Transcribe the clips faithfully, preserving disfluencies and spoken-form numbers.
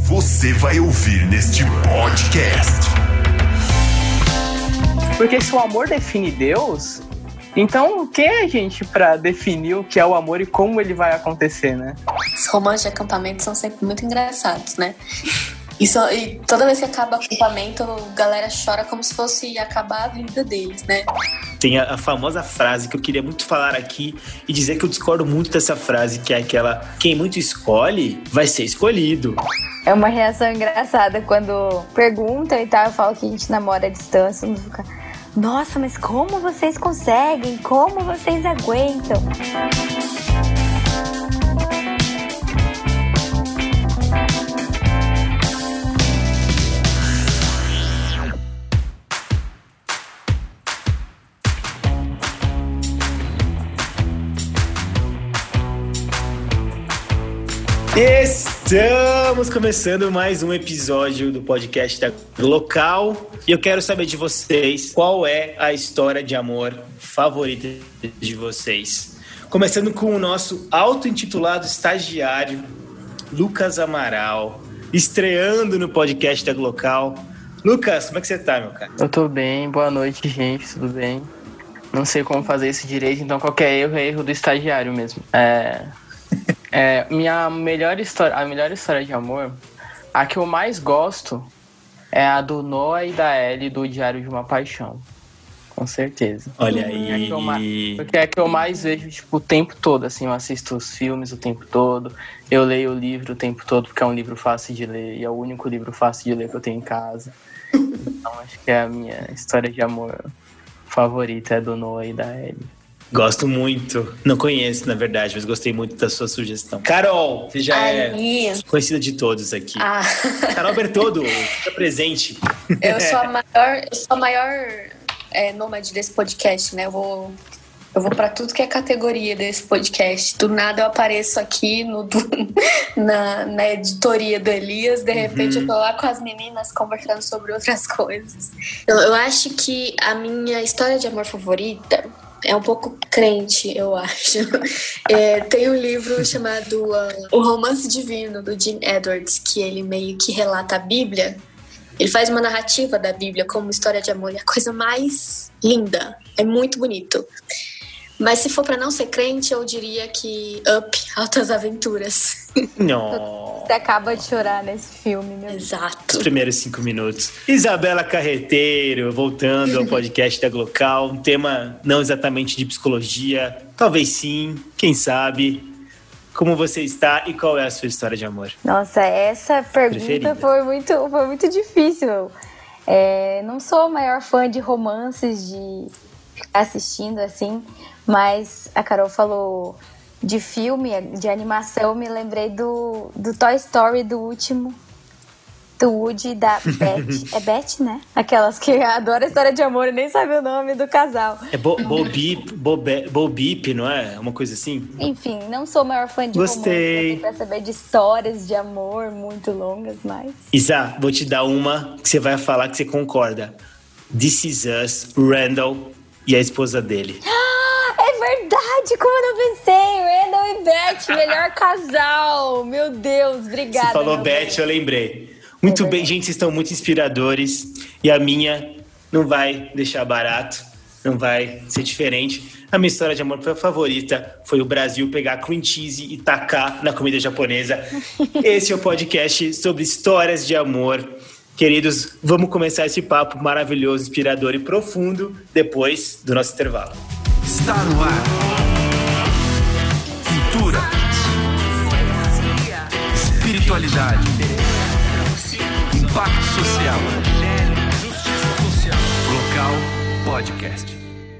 você vai ouvir neste podcast. Porque se o amor define Deus, então quem é a gente pra definir o que é o amor e como ele vai acontecer, né? Os romances de acampamento são sempre muito engraçados, né? E, só, e toda vez que acaba o acampamento, a galera chora como se fosse acabar a vida deles, né? Tem a, a famosa frase que eu queria muito falar aqui e dizer que eu discordo muito dessa frase, que é aquela: quem muito escolhe, vai ser escolhido. É uma reação engraçada quando perguntam e tal, eu falo que a gente namora à distância, não fica: nossa, mas como vocês conseguem? Como vocês aguentam? Estamos começando mais um episódio do podcast da Local e eu quero saber de vocês qual é a história de amor favorita de vocês. Começando com o nosso auto-intitulado estagiário, Lucas Amaral, estreando no podcast da Local. Lucas, como é que você tá, meu cara? Eu tô bem, boa noite, gente, tudo bem? Não sei como fazer isso direito, então qualquer erro é erro do estagiário mesmo. É... É, minha melhor história, a melhor história de amor, a que eu mais gosto é a do Noah e da Ellie do Diário de uma Paixão. Com certeza. Olha É aí. que eu mais, porque é a que eu mais vejo tipo, o tempo todo, assim, eu assisto os filmes o tempo todo, eu leio o livro o tempo todo, porque é um livro fácil de ler, e é o único livro fácil de ler que eu tenho em casa. Então acho que é a minha história de amor favorita, é do Noah e da Ellie. Gosto muito. Não conheço, na verdade, mas gostei muito da sua sugestão. Carol, você já Aí. é conhecida de todos aqui. Ah. Carol Bertoldo, fica presente. Eu sou a maior, eu sou a maior é, nômade desse podcast, né? Eu vou, eu vou pra tudo que é categoria desse podcast. Do nada eu apareço aqui no, do, na, na editoria do Elias, de repente uhum. eu tô lá com as meninas conversando sobre outras coisas. Eu, eu acho que a minha história de amor favorita é um pouco crente, eu acho. É, tem um livro chamado uh, O Romance Divino, do Jim Edwards, que ele meio que relata a Bíblia. Ele faz uma narrativa da Bíblia como história de amor. É a coisa mais linda. É muito bonito. Mas se for pra não ser crente, eu diria que Up, Altas Aventuras. Não. Você acaba de chorar nesse filme, meu Deus. Exato. Os primeiros cinco minutos. Isabela Carreteiro, voltando ao podcast da Glocal. Um tema não exatamente de psicologia. Talvez sim, quem sabe. Como você está e qual é a sua história de amor? Nossa, essa pergunta foi muito, foi muito difícil. É, não sou a maior fã de romances, de ficar assistindo assim, mas a Carol falou de filme, de animação, me lembrei do, do Toy Story, do último, do Woody e da Beth. É Beth, né? Aquelas que adoram a história de amor e nem sabem o nome do casal. É Bo, Bo Beep, Bo, Bo Beep, não é? Uma coisa assim? Enfim, não sou a maior fã de Gostei. romance, pra saber de histórias de amor muito longas, mas... Isa, vou te dar uma que você vai falar que você concorda. This Is Us, Randall e a esposa dele. É verdade, como eu não pensei. Randall e Beth, melhor casal. Meu Deus, obrigada. Você falou Beth, Deus. eu lembrei. Muito é bem, gente, vocês estão muito inspiradores. E a minha não vai deixar barato, não vai ser diferente. A minha história de amor favorita foi o Brasil pegar cream cheese e tacar na comida japonesa. Esse é o podcast sobre histórias de amor. Queridos, vamos começar esse papo maravilhoso, inspirador e profundo depois do nosso intervalo. Está no ar. Cultura. Espiritualidade. Impacto social. Local Podcast.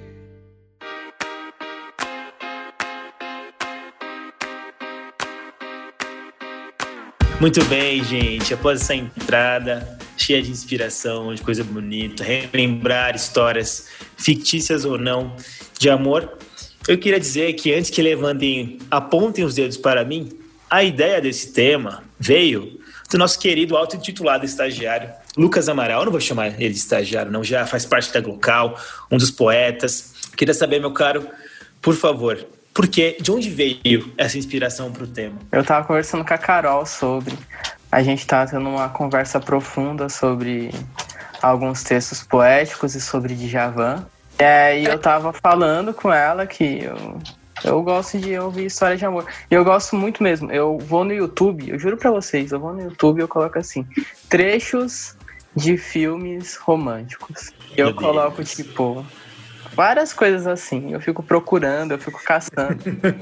Muito bem, gente. Após essa entrada cheia de inspiração, de coisa bonita, relembrar histórias fictícias ou não de amor, eu queria dizer que antes que levantem, apontem os dedos para mim, a ideia desse tema veio do nosso querido auto-intitulado estagiário, Lucas Amaral. Eu não vou chamar ele de estagiário, não, já faz parte da Glocal, um dos poetas. Queria saber, meu caro, por favor, por que, de onde veio essa inspiração para o tema? Eu tava conversando com a Carol sobre, a gente tá tendo uma conversa profunda sobre alguns textos poéticos e sobre Djavan. E aí eu tava falando com ela que eu, eu gosto de ouvir história de amor. E eu gosto muito mesmo. Eu vou no YouTube, eu juro pra vocês, eu vou no YouTube e eu coloco assim, trechos de filmes românticos. Eu Meu coloco, Deus. tipo, várias coisas assim. Eu fico procurando, eu fico caçando.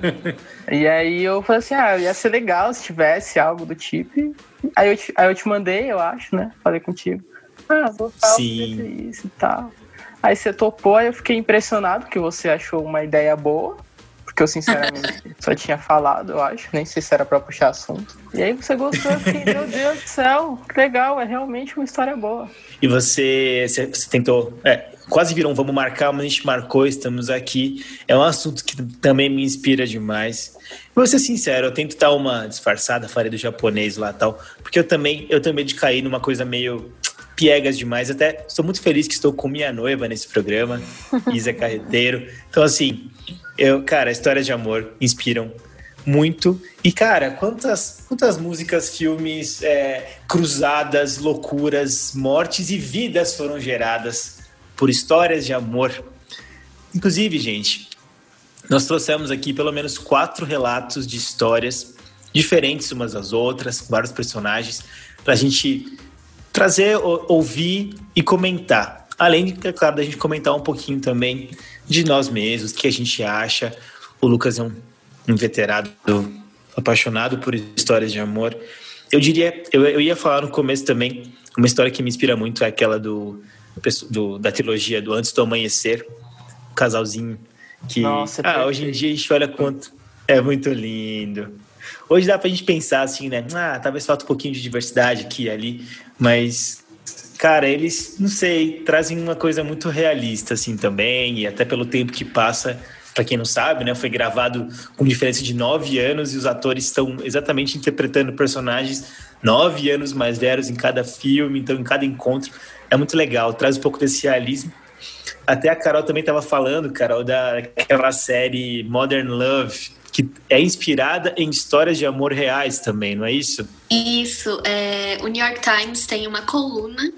E aí eu falei assim, ah, ia ser legal se tivesse algo do tipo. Aí eu te, aí eu te mandei, eu acho, né? Falei contigo. Ah, vou falar Sim. isso e tal. Aí você topou, aí eu fiquei impressionado que você achou uma ideia boa. Porque eu, sinceramente, só tinha falado, eu acho. Nem sei se era pra puxar assunto. E aí você gostou, eu fiquei, meu Deus do céu, que legal, é realmente uma história boa. E você, você, você tentou... É, quase virou um vamos marcar, mas a gente marcou, estamos aqui. É um assunto que também me inspira demais. Vou ser sincero, eu tento dar uma disfarçada, falei do japonês lá e tal, porque eu também, eu também de cair numa coisa meio piegas demais. Até estou muito feliz que estou com minha noiva nesse programa, Isa Carreteiro. Então, assim, eu, cara, histórias de amor inspiram muito. E, cara, quantas, quantas músicas, filmes, é, cruzadas, loucuras, mortes e vidas foram geradas por histórias de amor. Inclusive, gente, nós trouxemos aqui pelo menos quatro relatos de histórias diferentes umas das outras, com vários personagens, para a gente trazer, ouvir e comentar. Além de, é claro, da gente comentar um pouquinho também de nós mesmos, o que a gente acha. O Lucas é um, um veterano apaixonado por histórias de amor. Eu diria, eu, eu ia falar no começo também, uma história que me inspira muito é aquela do, do, da trilogia do Antes do Amanhecer, o casalzinho que... Nossa, ah, hoje em dia a gente olha quanto... É muito lindo. Hoje dá pra gente pensar assim, né? Ah, talvez falta um pouquinho de diversidade aqui e ali, mas... Cara, eles, não sei, trazem uma coisa muito realista, assim, também, e até pelo tempo que passa, pra quem não sabe, né, foi gravado com diferença de nove anos e os atores estão exatamente interpretando personagens nove anos mais velhos em cada filme, então em cada encontro. É muito legal, traz um pouco desse realismo. Até a Carol também estava falando, Carol, daquela série Modern Love, que é inspirada em histórias de amor reais também, não é isso? Isso, é, o New York Times tem uma coluna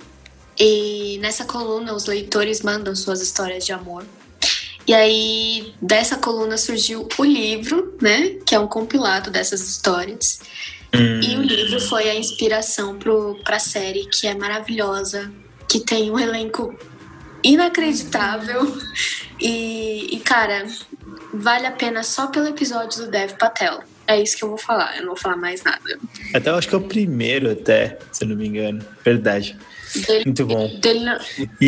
e nessa coluna os leitores mandam suas histórias de amor. E aí dessa coluna surgiu o livro, né, que é um compilado dessas histórias. Hum. E o livro foi a inspiração para a série, que é maravilhosa, que tem um elenco inacreditável e, e cara, vale a pena só pelo episódio do Dev Patel. É isso que eu vou falar, eu não vou falar mais nada. Até eu acho que é o primeiro, até, se eu não me engano. Verdade. Dele, muito bom. Dele não...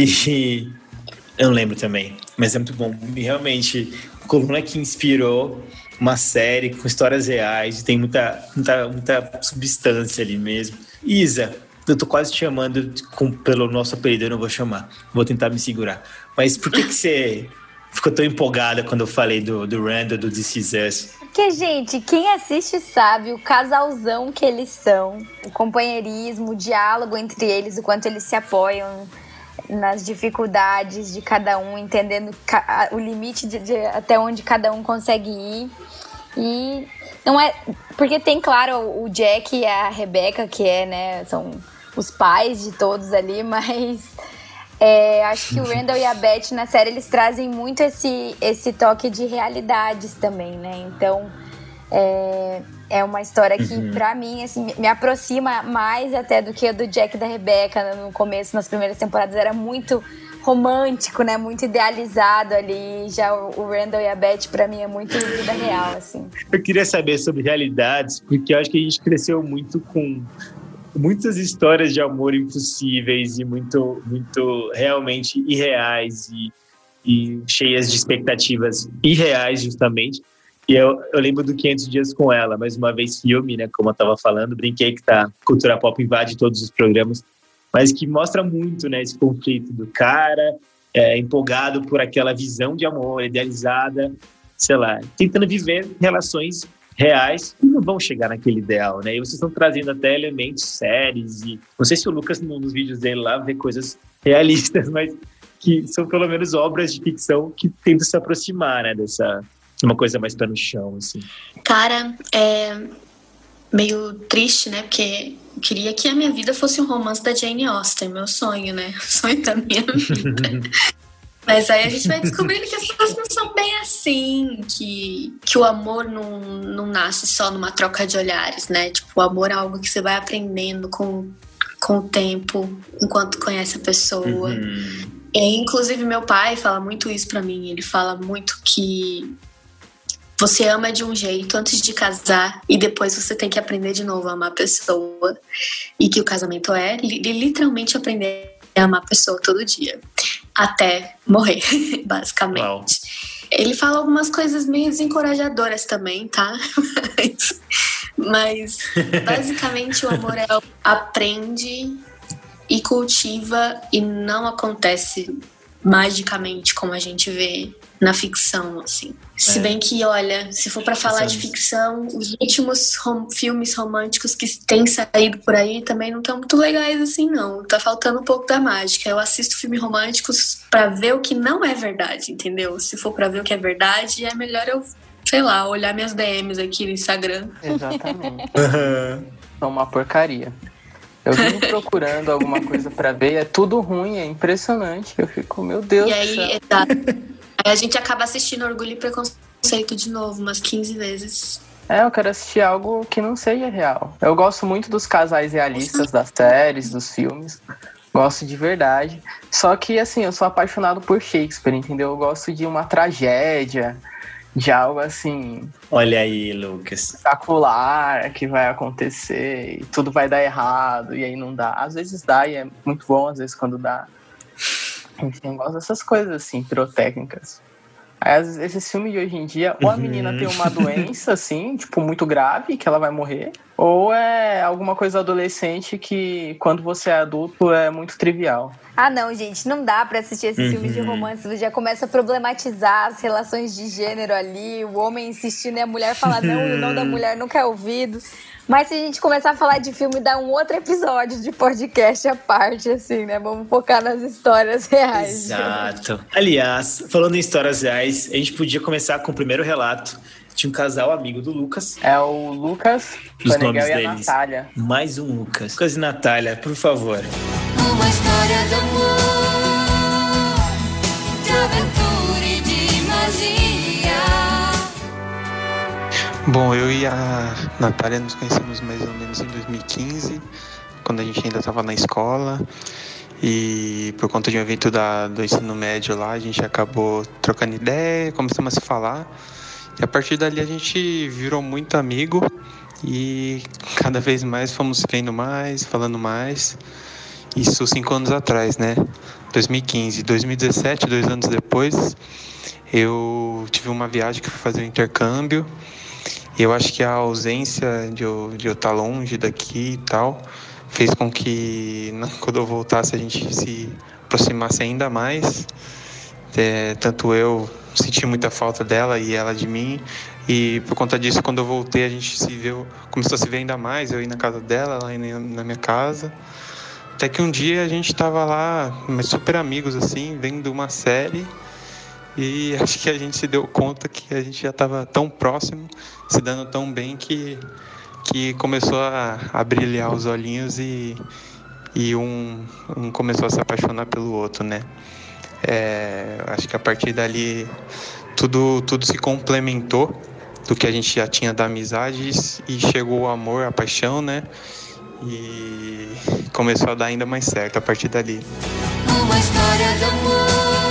E eu não lembro também, mas é muito bom. E realmente, a coluna que inspirou uma série com histórias reais, tem muita, muita, muita substância ali mesmo. Isa, eu tô quase te chamando com, pelo nosso apelido, eu não vou chamar. Vou tentar me segurar. Mas por que que você ficou tão empolgada quando eu falei do, do Randall, do This Is Us? Porque, gente, quem assiste sabe o casalzão que eles são, o companheirismo, o diálogo entre eles, o quanto eles se apoiam nas dificuldades de cada um, entendendo o limite de, de até onde cada um consegue ir. E não é... Porque tem, claro, o Jack e a Rebecca, que é, né, são os pais de todos ali, mas... É, acho que o Randall e a Beth na série eles trazem muito esse, esse toque de realidades também, né? Então é, é uma história que uhum. pra mim assim, me aproxima mais até do que a do Jack e da Rebecca no começo, nas primeiras temporadas era muito romântico, né? Muito idealizado ali. Já o Randall e a Beth pra mim é muito vida real, assim. Eu queria saber sobre realidades, porque eu acho que a gente cresceu muito com muitas histórias de amor impossíveis e muito, muito realmente irreais e, e cheias de expectativas irreais, justamente. E eu, eu lembro do quinhentos Dias com Ela, mais uma vez filme, né, como eu estava falando, brinquei que tá, cultura pop invade todos os programas, mas que mostra muito, né, esse conflito do cara é, empolgado por aquela visão de amor idealizada, sei lá, tentando viver relações reais que não vão chegar naquele ideal, né? E vocês estão trazendo até elementos, séries e... Não sei se o Lucas, nos vídeos dele lá, vê coisas realistas, mas que são pelo menos obras de ficção que tentam se aproximar, né? Dessa... uma coisa mais pé no chão, assim. Cara, é... meio triste, né? Porque eu queria que a minha vida fosse um romance da Jane Austen, meu sonho, né? O sonho da minha vida. Mas aí a gente vai descobrindo que as coisas não são bem assim, que, que o amor não, não nasce só numa troca de olhares, né? Tipo, o amor é algo que você vai aprendendo com, com o tempo, enquanto conhece a pessoa. Uhum. E, inclusive, meu pai fala muito isso pra mim. Ele fala muito que você ama de um jeito antes de casar e depois você tem que aprender de novo a amar a pessoa. E que o casamento é literalmente aprender a amar a pessoa todo dia. Até morrer, basicamente. Uau. Ele fala algumas coisas meio desencorajadoras também, tá? Mas, mas basicamente o amor é aprende e cultiva e não acontece magicamente como a gente vê na ficção, assim. É. Se bem que, olha, se for pra falar de ficção, os últimos rom- filmes românticos que têm saído por aí também não estão muito legais assim, não. Tá faltando um pouco da mágica. Eu assisto filmes românticos pra ver o que não é verdade, entendeu? Se for pra ver o que é verdade, é melhor eu, sei lá, olhar minhas D Ms aqui no Instagram. Exatamente. É uma porcaria. Eu vim procurando alguma coisa pra ver, é tudo ruim, é impressionante. Eu fico, meu Deus do céu. E aí, exato. Aí a gente acaba assistindo Orgulho e Preconceito de novo, umas quinze vezes. É, eu quero assistir algo que não seja real. Eu gosto muito dos casais realistas, das séries, dos filmes. Gosto de verdade. Só que, assim, eu sou apaixonado por Shakespeare, entendeu? Eu gosto de uma tragédia, de algo assim... Olha aí, Lucas. Espetacular, que vai acontecer e tudo vai dar errado e aí não dá. Às vezes dá e é muito bom, às vezes quando dá. Enfim, eu gosto dessas coisas assim, pirotécnicas. Aí, esses filmes de hoje em dia, ou a menina tem uma doença, assim, tipo, muito grave, que ela vai morrer, ou é alguma coisa adolescente que, quando você é adulto, é muito trivial. Ah, não, gente, não dá pra assistir esses uhum. filmes de romance. Você já começa a problematizar as relações de gênero ali, o homem insistindo e a mulher fala não, e o não da mulher nunca é ouvido. Mas se a gente começar a falar de filme, dá um outro episódio de podcast à parte, assim, né? Vamos focar nas histórias reais. Exato. Aliás, falando em histórias reais, a gente podia começar com o primeiro relato de um casal amigo do Lucas. É o Lucas, os nomes e a deles. Natália. Mais um Lucas. Lucas e Natália, por favor. Uma história de amor, de aventura e de magia. Bom, eu e a Natália nos conhecemos mais ou menos em dois mil e quinze, quando a gente ainda estava na escola. E por conta de um evento da, do ensino médio lá, a gente acabou trocando ideia, começamos a se falar. E a partir dali a gente virou muito amigo e cada vez mais fomos se vendo mais, falando mais. Isso cinco anos atrás, né? dois mil e quinze. dois mil e dezessete, dois anos depois, eu tive uma viagem que fui fazer um intercâmbio. E eu acho que a ausência de eu, de eu estar longe daqui e tal fez com que, quando eu voltasse, a gente se aproximasse ainda mais. É, tanto eu senti muita falta dela e ela de mim. E por conta disso, quando eu voltei, a gente se viu, começou a se ver ainda mais. Eu ia na casa dela, ela ia na minha casa. Até que um dia a gente estava lá, mas super amigos, assim, vendo uma série. E acho que a gente se deu conta que a gente já estava tão próximo, se dando tão bem, que, que começou a, a brilhar os olhinhos e, e um, um começou a se apaixonar pelo outro, né? É, acho que a partir dali tudo, tudo se complementou do que a gente já tinha da amizade e chegou o amor, a paixão, né? E começou a dar ainda mais certo a partir dali. Uma história de amor,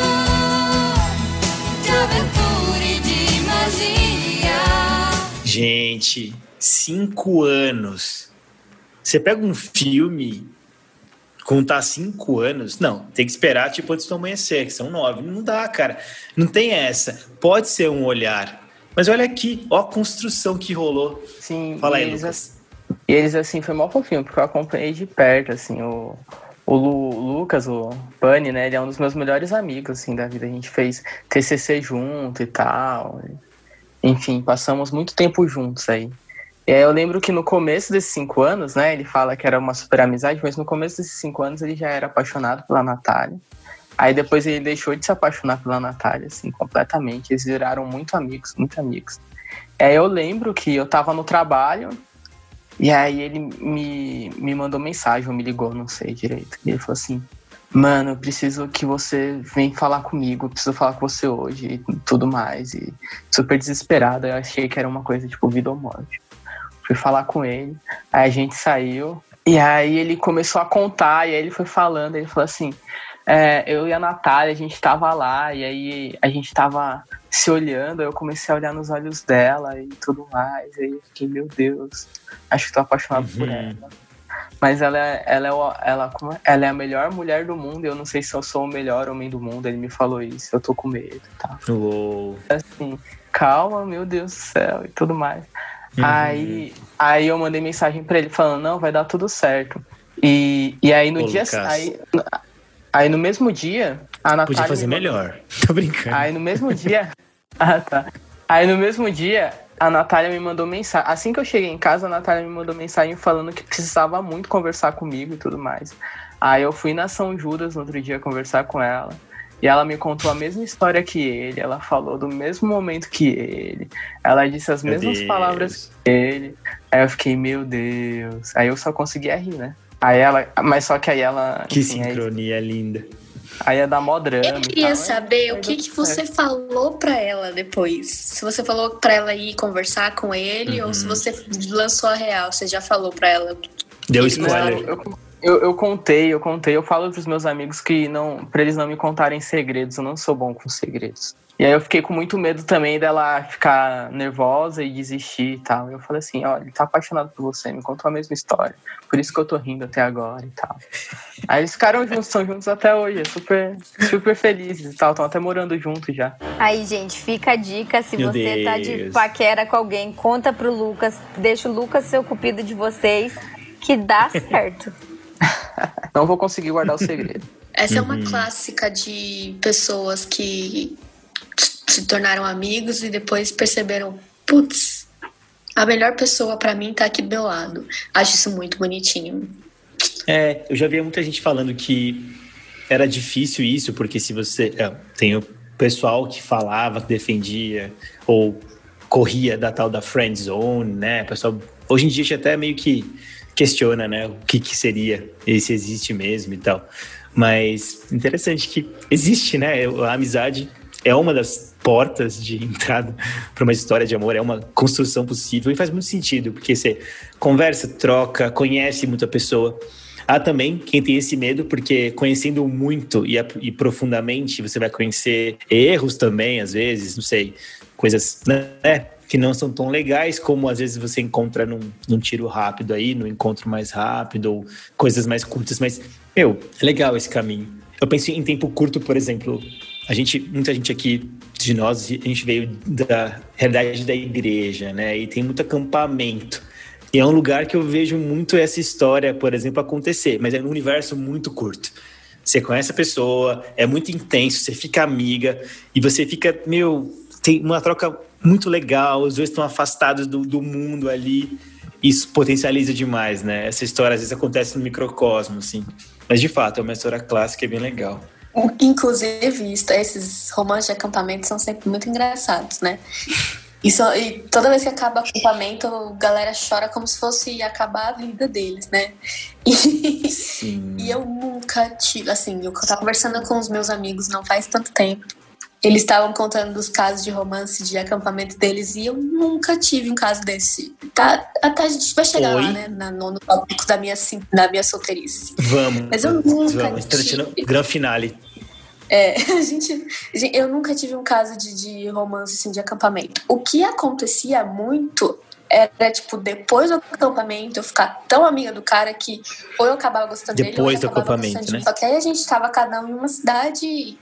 de aventura e de magia. Gente, cinco anos. Você pega um filme, contar cinco anos, não, tem que esperar tipo antes do amanhecer, que são nove. Não dá, cara. Não tem essa. Pode ser um olhar. Mas olha aqui, ó a construção que rolou. Sim. Fala aí, eles, Lucas. E eles, assim, foi mó fofinho, porque eu acompanhei de perto, assim, o... O Lu, Lucas, o Pani, né, ele é um dos meus melhores amigos, assim, da vida. A gente fez T C C junto e tal. Enfim, passamos muito tempo juntos aí. E aí eu lembro que no começo desses cinco anos, né, ele fala que era uma super amizade, mas no começo desses cinco anos ele já era apaixonado pela Natália. Aí depois ele deixou de se apaixonar pela Natália, assim, completamente. Eles viraram muito amigos, muito amigos. E aí eu lembro que eu tava no trabalho, E aí ele me, me mandou mensagem, ou me ligou, não sei direito. E ele falou assim, mano, eu preciso que você venha falar comigo, eu preciso falar com você hoje e tudo mais. E super desesperado, eu achei que era uma coisa tipo vida ou morte. Fui falar com ele, aí a gente saiu, e aí ele começou a contar, e aí ele foi falando, ele falou assim, é, eu e a Natália, a gente tava lá, e aí a gente tava se olhando, aí eu comecei a olhar nos olhos dela e tudo mais, e aí eu fiquei, meu Deus, acho que tô apaixonado uhum. por ela. Mas ela, é, ela, é, o- ela, como é? Ela é a melhor mulher do mundo, eu não sei se eu sou o melhor homem do mundo, ele me falou isso, eu tô com medo e tal. Uou. Assim, calma, meu Deus do céu, e tudo mais. Uhum. Aí, aí eu mandei mensagem pra ele falando, não, vai dar tudo certo. E, e aí no Ô, dia... Lucas. Aí, aí no mesmo dia, a Natália... Podia fazer me mandou- melhor. Tô brincando. Aí no mesmo dia... ah, tá. Aí no mesmo dia, a Natália me mandou mensagem. Assim que eu cheguei em casa, a Natália me mandou mensagem falando que precisava muito conversar comigo e tudo mais. Aí eu fui na São Judas no outro dia conversar com ela. E ela me contou a mesma história que ele. Ela falou do mesmo momento que ele. Ela disse as Meu mesmas Deus. palavras que ele. Aí eu fiquei, meu Deus. Aí eu só conseguia rir, né? Aí ela... Mas só que aí ela... Que enfim, aí, sincronia linda. aí ia dar mó drama Eu e queria tal. saber Aí o que, deu que tudo você certo. falou pra ela depois. Se você falou pra ela ir conversar com ele Uhum. ou se você lançou a real. Você já falou pra ela. Deu Não, spoiler. Eu, eu, eu contei, eu contei. Eu falo pros meus amigos que não, pra eles não me contarem segredos. Eu não sou bom com segredos. E aí eu fiquei com muito medo também dela ficar nervosa e desistir e tal. Eu falei assim, ó, ele tá apaixonado por você, me contou a mesma história. Por isso que eu tô rindo até agora e tal. Aí eles ficaram juntos, são juntos até hoje, super, super felizes e tal. Estão até morando juntos já. Aí, gente, fica a dica. Se Meu você tá de Deus. paquera com alguém, conta pro Lucas. Deixa o Lucas ser o cupido de vocês, que dá certo. Não vou conseguir guardar o segredo. Essa é Uhum. uma clássica de pessoas que se tornaram amigos e depois perceberam, putz, a melhor pessoa pra mim tá aqui do meu lado. Acho isso muito bonitinho. É, eu já vi muita gente falando que era difícil isso, porque se você... é, tem o pessoal que falava, que defendia, ou corria da tal da friend zone, né? O pessoal, hoje em dia a gente até meio que questiona, né? O que, que seria, e se existe mesmo e tal. Mas interessante que existe, né? A amizade é uma das portas de entrada para uma história de amor, é uma construção possível e faz muito sentido, porque você conversa, troca, conhece muita pessoa. Há também quem tem esse medo, porque conhecendo muito e, e profundamente, você vai conhecer erros também, às vezes, não sei, coisas, né, que não são tão legais, como às vezes você encontra num, num tiro rápido aí, num encontro mais rápido, ou coisas mais curtas, mas, meu, é legal esse caminho. Eu penso em tempo curto, por exemplo, a gente, muita gente aqui de nós, a gente veio da realidade da igreja, né, e tem muito acampamento. E é um lugar que eu vejo muito essa história, por exemplo, acontecer, mas é num universo muito curto. Você conhece a pessoa, é muito intenso, você fica amiga e você fica, meu, tem uma troca muito legal, os dois estão afastados do, do mundo ali. Isso potencializa demais, né? Essa história às vezes acontece no microcosmo, assim. Mas de fato, é uma história clássica e bem legal. Inclusive, isso- esses romances de acampamento são sempre muito engraçados, né? Isso, e toda vez que acaba o acampamento, a galera chora como se fosse acabar a vida deles, né? E, Sim. e eu nunca tive, assim, eu tava conversando com os meus amigos não faz tanto tempo. Eles estavam contando dos casos de romance de acampamento deles e eu nunca tive um caso desse. Tá, até a gente vai chegar Oi? lá, né? Na, no, no tópico da minha, sim- da minha solteirice. Vamos, Mas eu vamos, nunca vamos. Estamos tive. tirando gran finale. É, a gente, gente, eu nunca tive um caso de, de romance assim, de acampamento. O que acontecia muito era, tipo, depois do acampamento, eu ficar tão amiga do cara que ou eu acabava gostando dele, ou Depois ele do acabava acampamento, gostando de mim. né? Só que aí a gente tava cada um em uma cidade e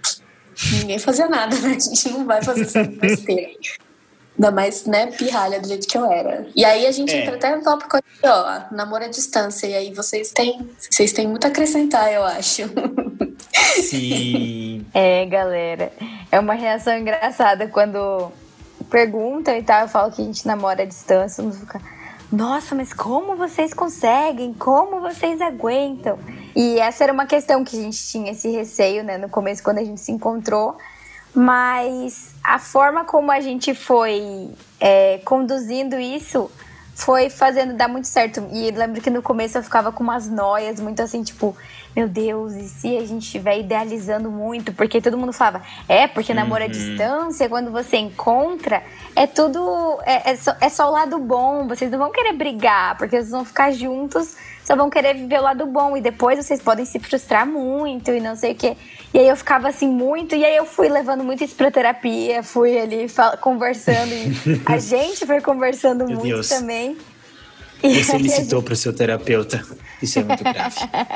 ninguém fazia nada, né? A gente não vai fazer essa besteira. Ainda mais, né, pirralha do jeito que eu era. E aí a gente É. entra até no tópico aqui, ó, namoro à distância. E aí vocês têm, vocês têm muito a acrescentar, eu acho. Sim. É, galera, é uma reação engraçada quando perguntam e tal. Eu falo que a gente namora à distância. Uns ficam, nossa, mas como vocês conseguem? Como vocês aguentam? E essa era uma questão que a gente tinha, esse receio, né, no começo, quando a gente se encontrou. Mas a forma como a gente foi é, conduzindo isso foi fazendo dar muito certo. E lembro que no começo eu ficava com umas noias, muito assim, tipo, meu Deus, e se a gente estiver idealizando muito? Porque todo mundo falava, é, porque namoro à Uhum. distância, quando você encontra, é tudo, é, é, só, é só o lado bom, vocês não vão querer brigar, porque vocês vão ficar juntos, só vão querer viver o lado bom, e depois vocês podem se frustrar muito, e não sei o quê. E aí eu ficava assim muito, e aí eu fui levando muito isso pra terapia, fui ali fal- conversando, e a gente foi conversando Meu muito Deus. também. E Você aí a licitou para o seu terapeuta. Isso é muito grave.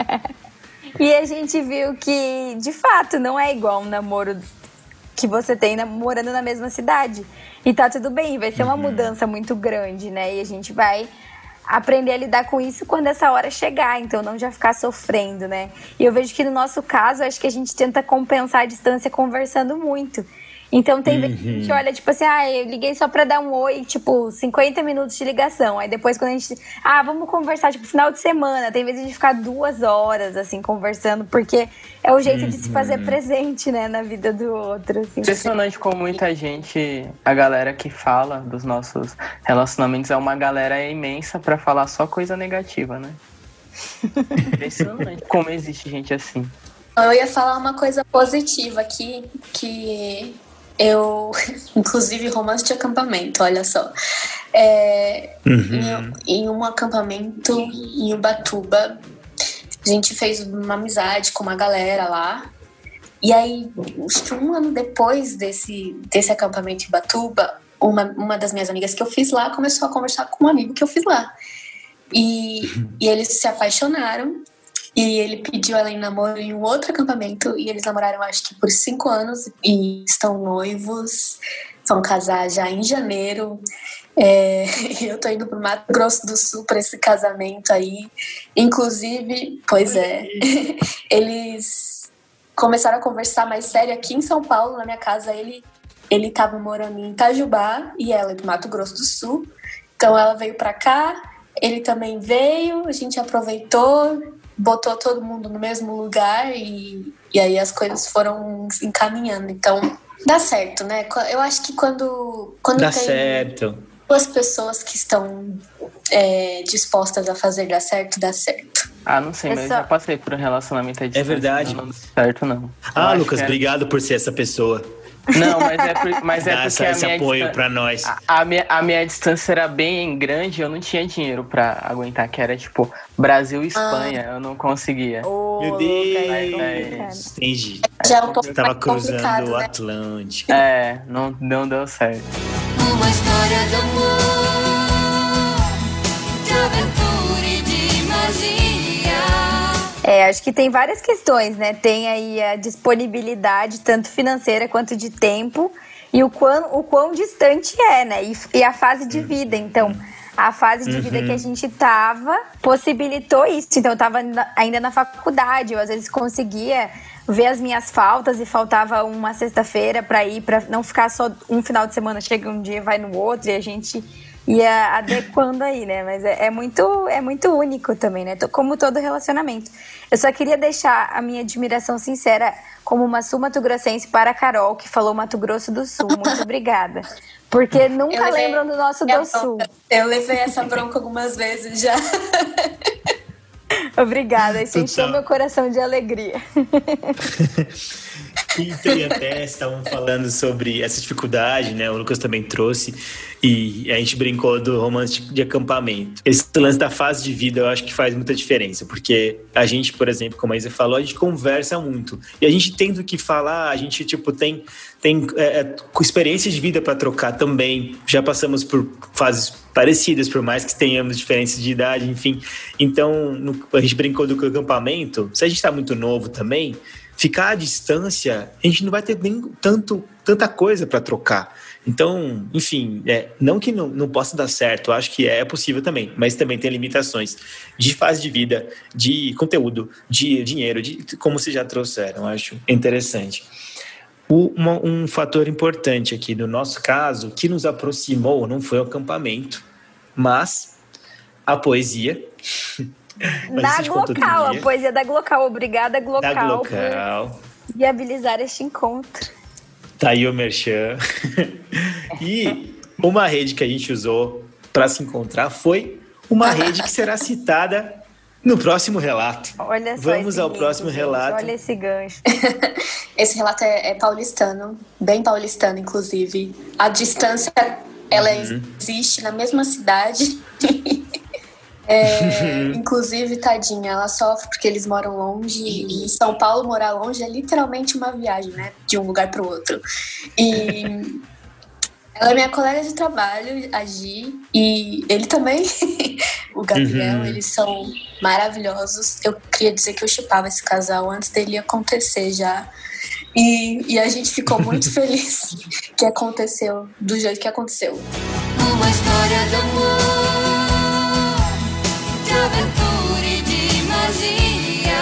E a gente viu que, de fato, não é igual um namoro que você tem na- morando na mesma cidade. E tá tudo bem, vai ser uma mudança muito grande, né? E a gente vai aprender a lidar com isso quando essa hora chegar, então não já ficar sofrendo, né? E eu vejo que no nosso caso, acho que a gente tenta compensar a distância conversando muito. Então tem vezes que a gente olha, tipo assim, ah, eu liguei só pra dar um oi, tipo, cinquenta minutos de ligação. Aí depois quando a gente, ah, vamos conversar, tipo, final de semana. Tem vezes de ficar duas horas, assim, conversando, porque é o jeito de se fazer presente, né, na vida do outro, assim. Impressionante como muita gente, a galera que fala dos nossos relacionamentos é uma galera imensa pra falar só coisa negativa, né? Impressionante como existe gente assim. Eu ia falar uma coisa positiva aqui, que eu, inclusive romance de acampamento, olha só. É, Uhum. em, em um acampamento em Ubatuba, a gente fez uma amizade com uma galera lá. E aí, acho que um ano depois desse, desse acampamento em Ubatuba, uma, uma das minhas amigas que eu fiz lá começou a conversar com um amigo que eu fiz lá. E, e eles se apaixonaram. E ele pediu ela em namoro em um outro acampamento. E eles namoraram, acho que por cinco anos. E estão noivos. Vão casar já em janeiro. É, eu tô indo pro Mato Grosso do Sul para esse casamento aí. Inclusive, pois é, eles começaram a conversar mais sério aqui em São Paulo, na minha casa. Ele, ele tava morando em Itajubá e ela é do Mato Grosso do Sul. Então ela veio pra cá, ele também veio, a gente aproveitou, botou todo mundo no mesmo lugar e, e aí as coisas foram se encaminhando. Então, dá certo, né? Eu acho que quando, quando Dá tem certo. duas pessoas que estão é, dispostas a fazer dar certo, dá certo. Ah, não sei, É mas só- eu já passei por um relacionamento à distância. verdade. Não deu certo, não. Eu Ah, acho Lucas, que é- obrigado por ser essa pessoa. Não, mas é, por- mas é Dá porque essa- a esse minha apoio distan- pra nós. A, a minha, a minha distância era bem grande, eu não tinha dinheiro pra aguentar, que era tipo Brasil e Espanha, eu não conseguia. Ô, Meu Lucas, é Deus. complicado. Entendi. Já é um pouco Você tava mais complicado, cruzando o né? Atlântico. É, não, não deu certo. Uma história de amor, de aventura e de magia. É, acho que tem várias questões, né? Tem aí a disponibilidade, tanto financeira quanto de tempo, e o quão, o quão distante é, né? E, e a fase de vida. Então, a fase de vida que a gente tava possibilitou isso. Então, eu tava na- ainda na faculdade, eu às vezes conseguia ver as minhas faltas e faltava uma sexta-feira pra ir, pra não ficar só um final de semana, chega um dia, vai no outro, e a gente ia adequando aí, né? Mas é, é muito, é muito único também, né? To- Como todo relacionamento. Eu só queria deixar a minha admiração sincera como uma sul-mato-grossense para a Carol, que falou Mato Grosso do Sul. Muito obrigada. Porque nunca Eu levei lembram do nosso minha do Sul. bronca. Eu levei essa bronca algumas vezes já. Obrigada, isso encheu Total. meu coração de alegria. Então, e até estavam falando sobre essa dificuldade, né? O Lucas também trouxe, e a gente brincou do romance de acampamento. Esse lance da fase de vida eu acho que faz muita diferença, porque a gente, por exemplo, como a Isa falou, a gente conversa muito. E a gente tem do que falar, a gente, tipo, tem, tem é, é, experiências de vida para trocar também. Já passamos por fases parecidas, por mais que tenhamos diferenças de idade, enfim. Então, no, a gente brincou do acampamento. Se a gente tá muito novo também, ficar à distância, a gente não vai ter nem tanto, tanta coisa para trocar. Então, enfim, é, não que não, não possa dar certo, eu acho que é possível também, mas também tem limitações de fase de vida, de conteúdo, de dinheiro, de como vocês já trouxeram, eu acho interessante. O, uma, um fator importante aqui no nosso caso, que nos aproximou, não foi o acampamento, mas a poesia. Mas Da isso a gente conta outro Glocal, a dia. poesia da Glocal. Obrigada, Da Glocal, Glocal. por viabilizar este encontro. Tá aí o merchan. E uma rede que a gente usou para se encontrar foi uma rede que será citada no próximo relato. Olha só, vamos ao link, próximo gente. relato. Olha esse gancho. Esse relato é, é paulistano, bem paulistano, inclusive. A distância, ela uhum. existe na mesma cidade. É, inclusive, tadinha, ela sofre porque eles moram longe. E em São Paulo, morar longe é literalmente uma viagem, né? De um lugar para o outro. E ela é minha colega de trabalho, a Gi, e ele também, o Gabriel. Uhum. Eles são maravilhosos. Eu queria dizer que eu shippava esse casal antes dele acontecer já. E, e a gente ficou muito feliz que aconteceu do jeito que aconteceu. Uma história de amor, de aventura e de magia.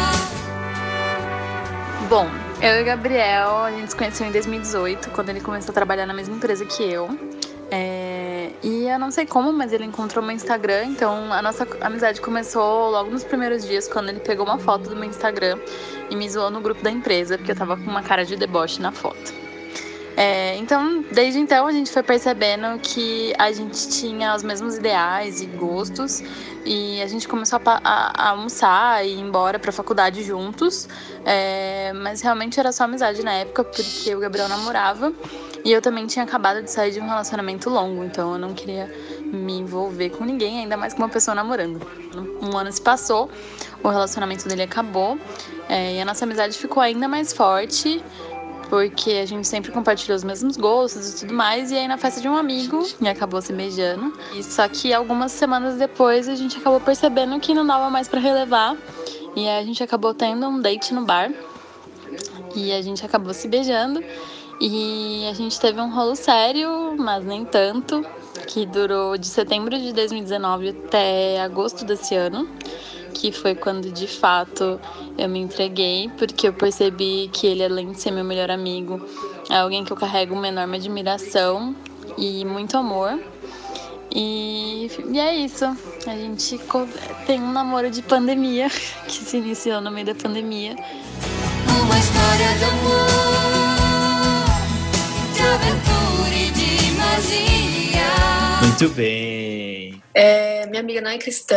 Bom, eu e o Gabriel, a gente se conheceu em dois mil e dezoito, quando ele começou a trabalhar na mesma empresa que eu. É, e eu não sei como, mas ele encontrou meu Instagram, então a nossa amizade começou logo nos primeiros dias, quando ele pegou uma foto do meu Instagram e me zoou no grupo da empresa, porque eu tava com uma cara de deboche na foto. É, então, desde então, a gente foi percebendo que a gente tinha os mesmos ideais e gostos, e a gente começou a, a, a almoçar e ir embora pra faculdade juntos, é, mas realmente era só amizade na época, porque o Gabriel namorava, e eu também tinha acabado de sair de um relacionamento longo, então eu não queria me envolver com ninguém, ainda mais com uma pessoa namorando. Um ano se passou, o relacionamento dele acabou, é, e a nossa amizade ficou ainda mais forte, porque a gente sempre compartilhou os mesmos gostos e tudo mais, e aí na festa de um amigo, e acabou se beijando. E só que algumas semanas depois a gente acabou percebendo que não dava mais pra relevar, e aí a gente acabou tendo um date no bar, e a gente acabou se beijando, e a gente teve um rolo sério, mas nem tanto, que durou de setembro de dois mil e dezenove até agosto desse ano, que foi quando de fato eu me entreguei, porque eu percebi que ele, além de ser meu melhor amigo, é alguém que eu carrego uma enorme admiração e muito amor. E, e é isso, a gente tem um namoro de pandemia que se iniciou no meio da pandemia. Uma história de amor, de aventura e de magia. Muito bem. É, minha amiga não é cristã.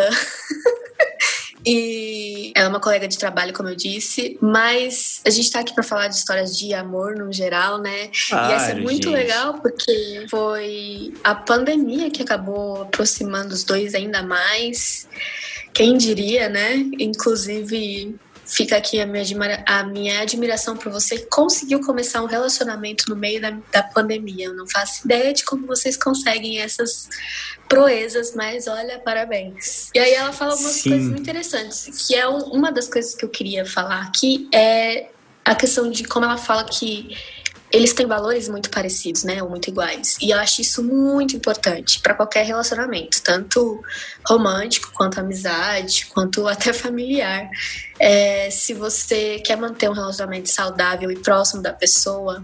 E ela é uma colega de trabalho, como eu disse, mas a gente tá aqui pra falar de histórias de amor no geral, né? Claro, e essa é muito gente. legal porque foi a pandemia que acabou aproximando os dois ainda mais. Quem diria, né? Inclusive, fica aqui a minha, admira- a minha admiração por você que conseguiu começar um relacionamento no meio da, da pandemia. Eu não faço ideia de como vocês conseguem essas proezas, mas olha, parabéns. E aí ela fala algumas Sim. coisas muito interessantes, que é um, uma das coisas que eu queria falar aqui, é a questão de como ela fala que eles têm valores muito parecidos, né, ou muito iguais. E eu acho isso muito importante para qualquer relacionamento, tanto romântico, quanto amizade, quanto até familiar. É, se você quer manter um relacionamento saudável e próximo da pessoa,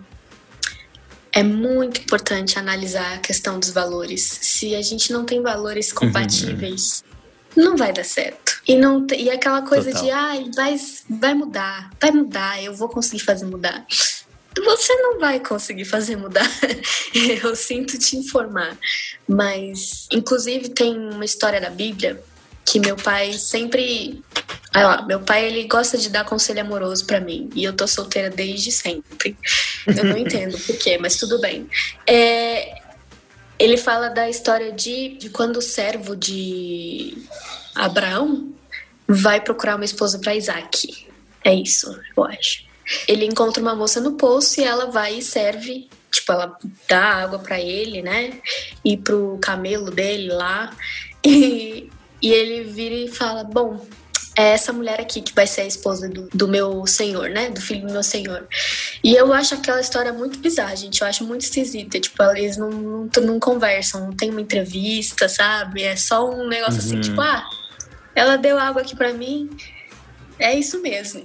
é muito importante analisar a questão dos valores. Se a gente não tem valores compatíveis, uhum. não vai dar certo. E, não te, e aquela coisa Total. de, ai, ah, vai, vai mudar, vai mudar, eu vou conseguir fazer mudar. Você não vai conseguir fazer mudar, eu sinto te informar. Mas, inclusive, tem uma história da Bíblia que meu pai sempre... Olha lá, meu pai, ele gosta de dar conselho amoroso pra mim. E eu tô solteira desde sempre. Eu não entendo por quê, mas tudo bem. É, ele fala da história de, de quando o servo de Abraão vai procurar uma esposa pra Isaac. É isso, eu acho. Ele encontra uma moça no poço e ela vai e serve, tipo, ela dá água pra ele, né? E pro camelo dele lá. E, e ele vira e fala, bom, é essa mulher aqui que vai ser a esposa do, do meu senhor, né? Do filho do meu senhor. E eu acho aquela história muito bizarra, gente. Eu acho muito esquisita. Tipo, eles não, não, não conversam, não tem uma entrevista, sabe? É só um negócio uhum. assim, tipo, ah, ela deu água aqui pra mim. É isso mesmo.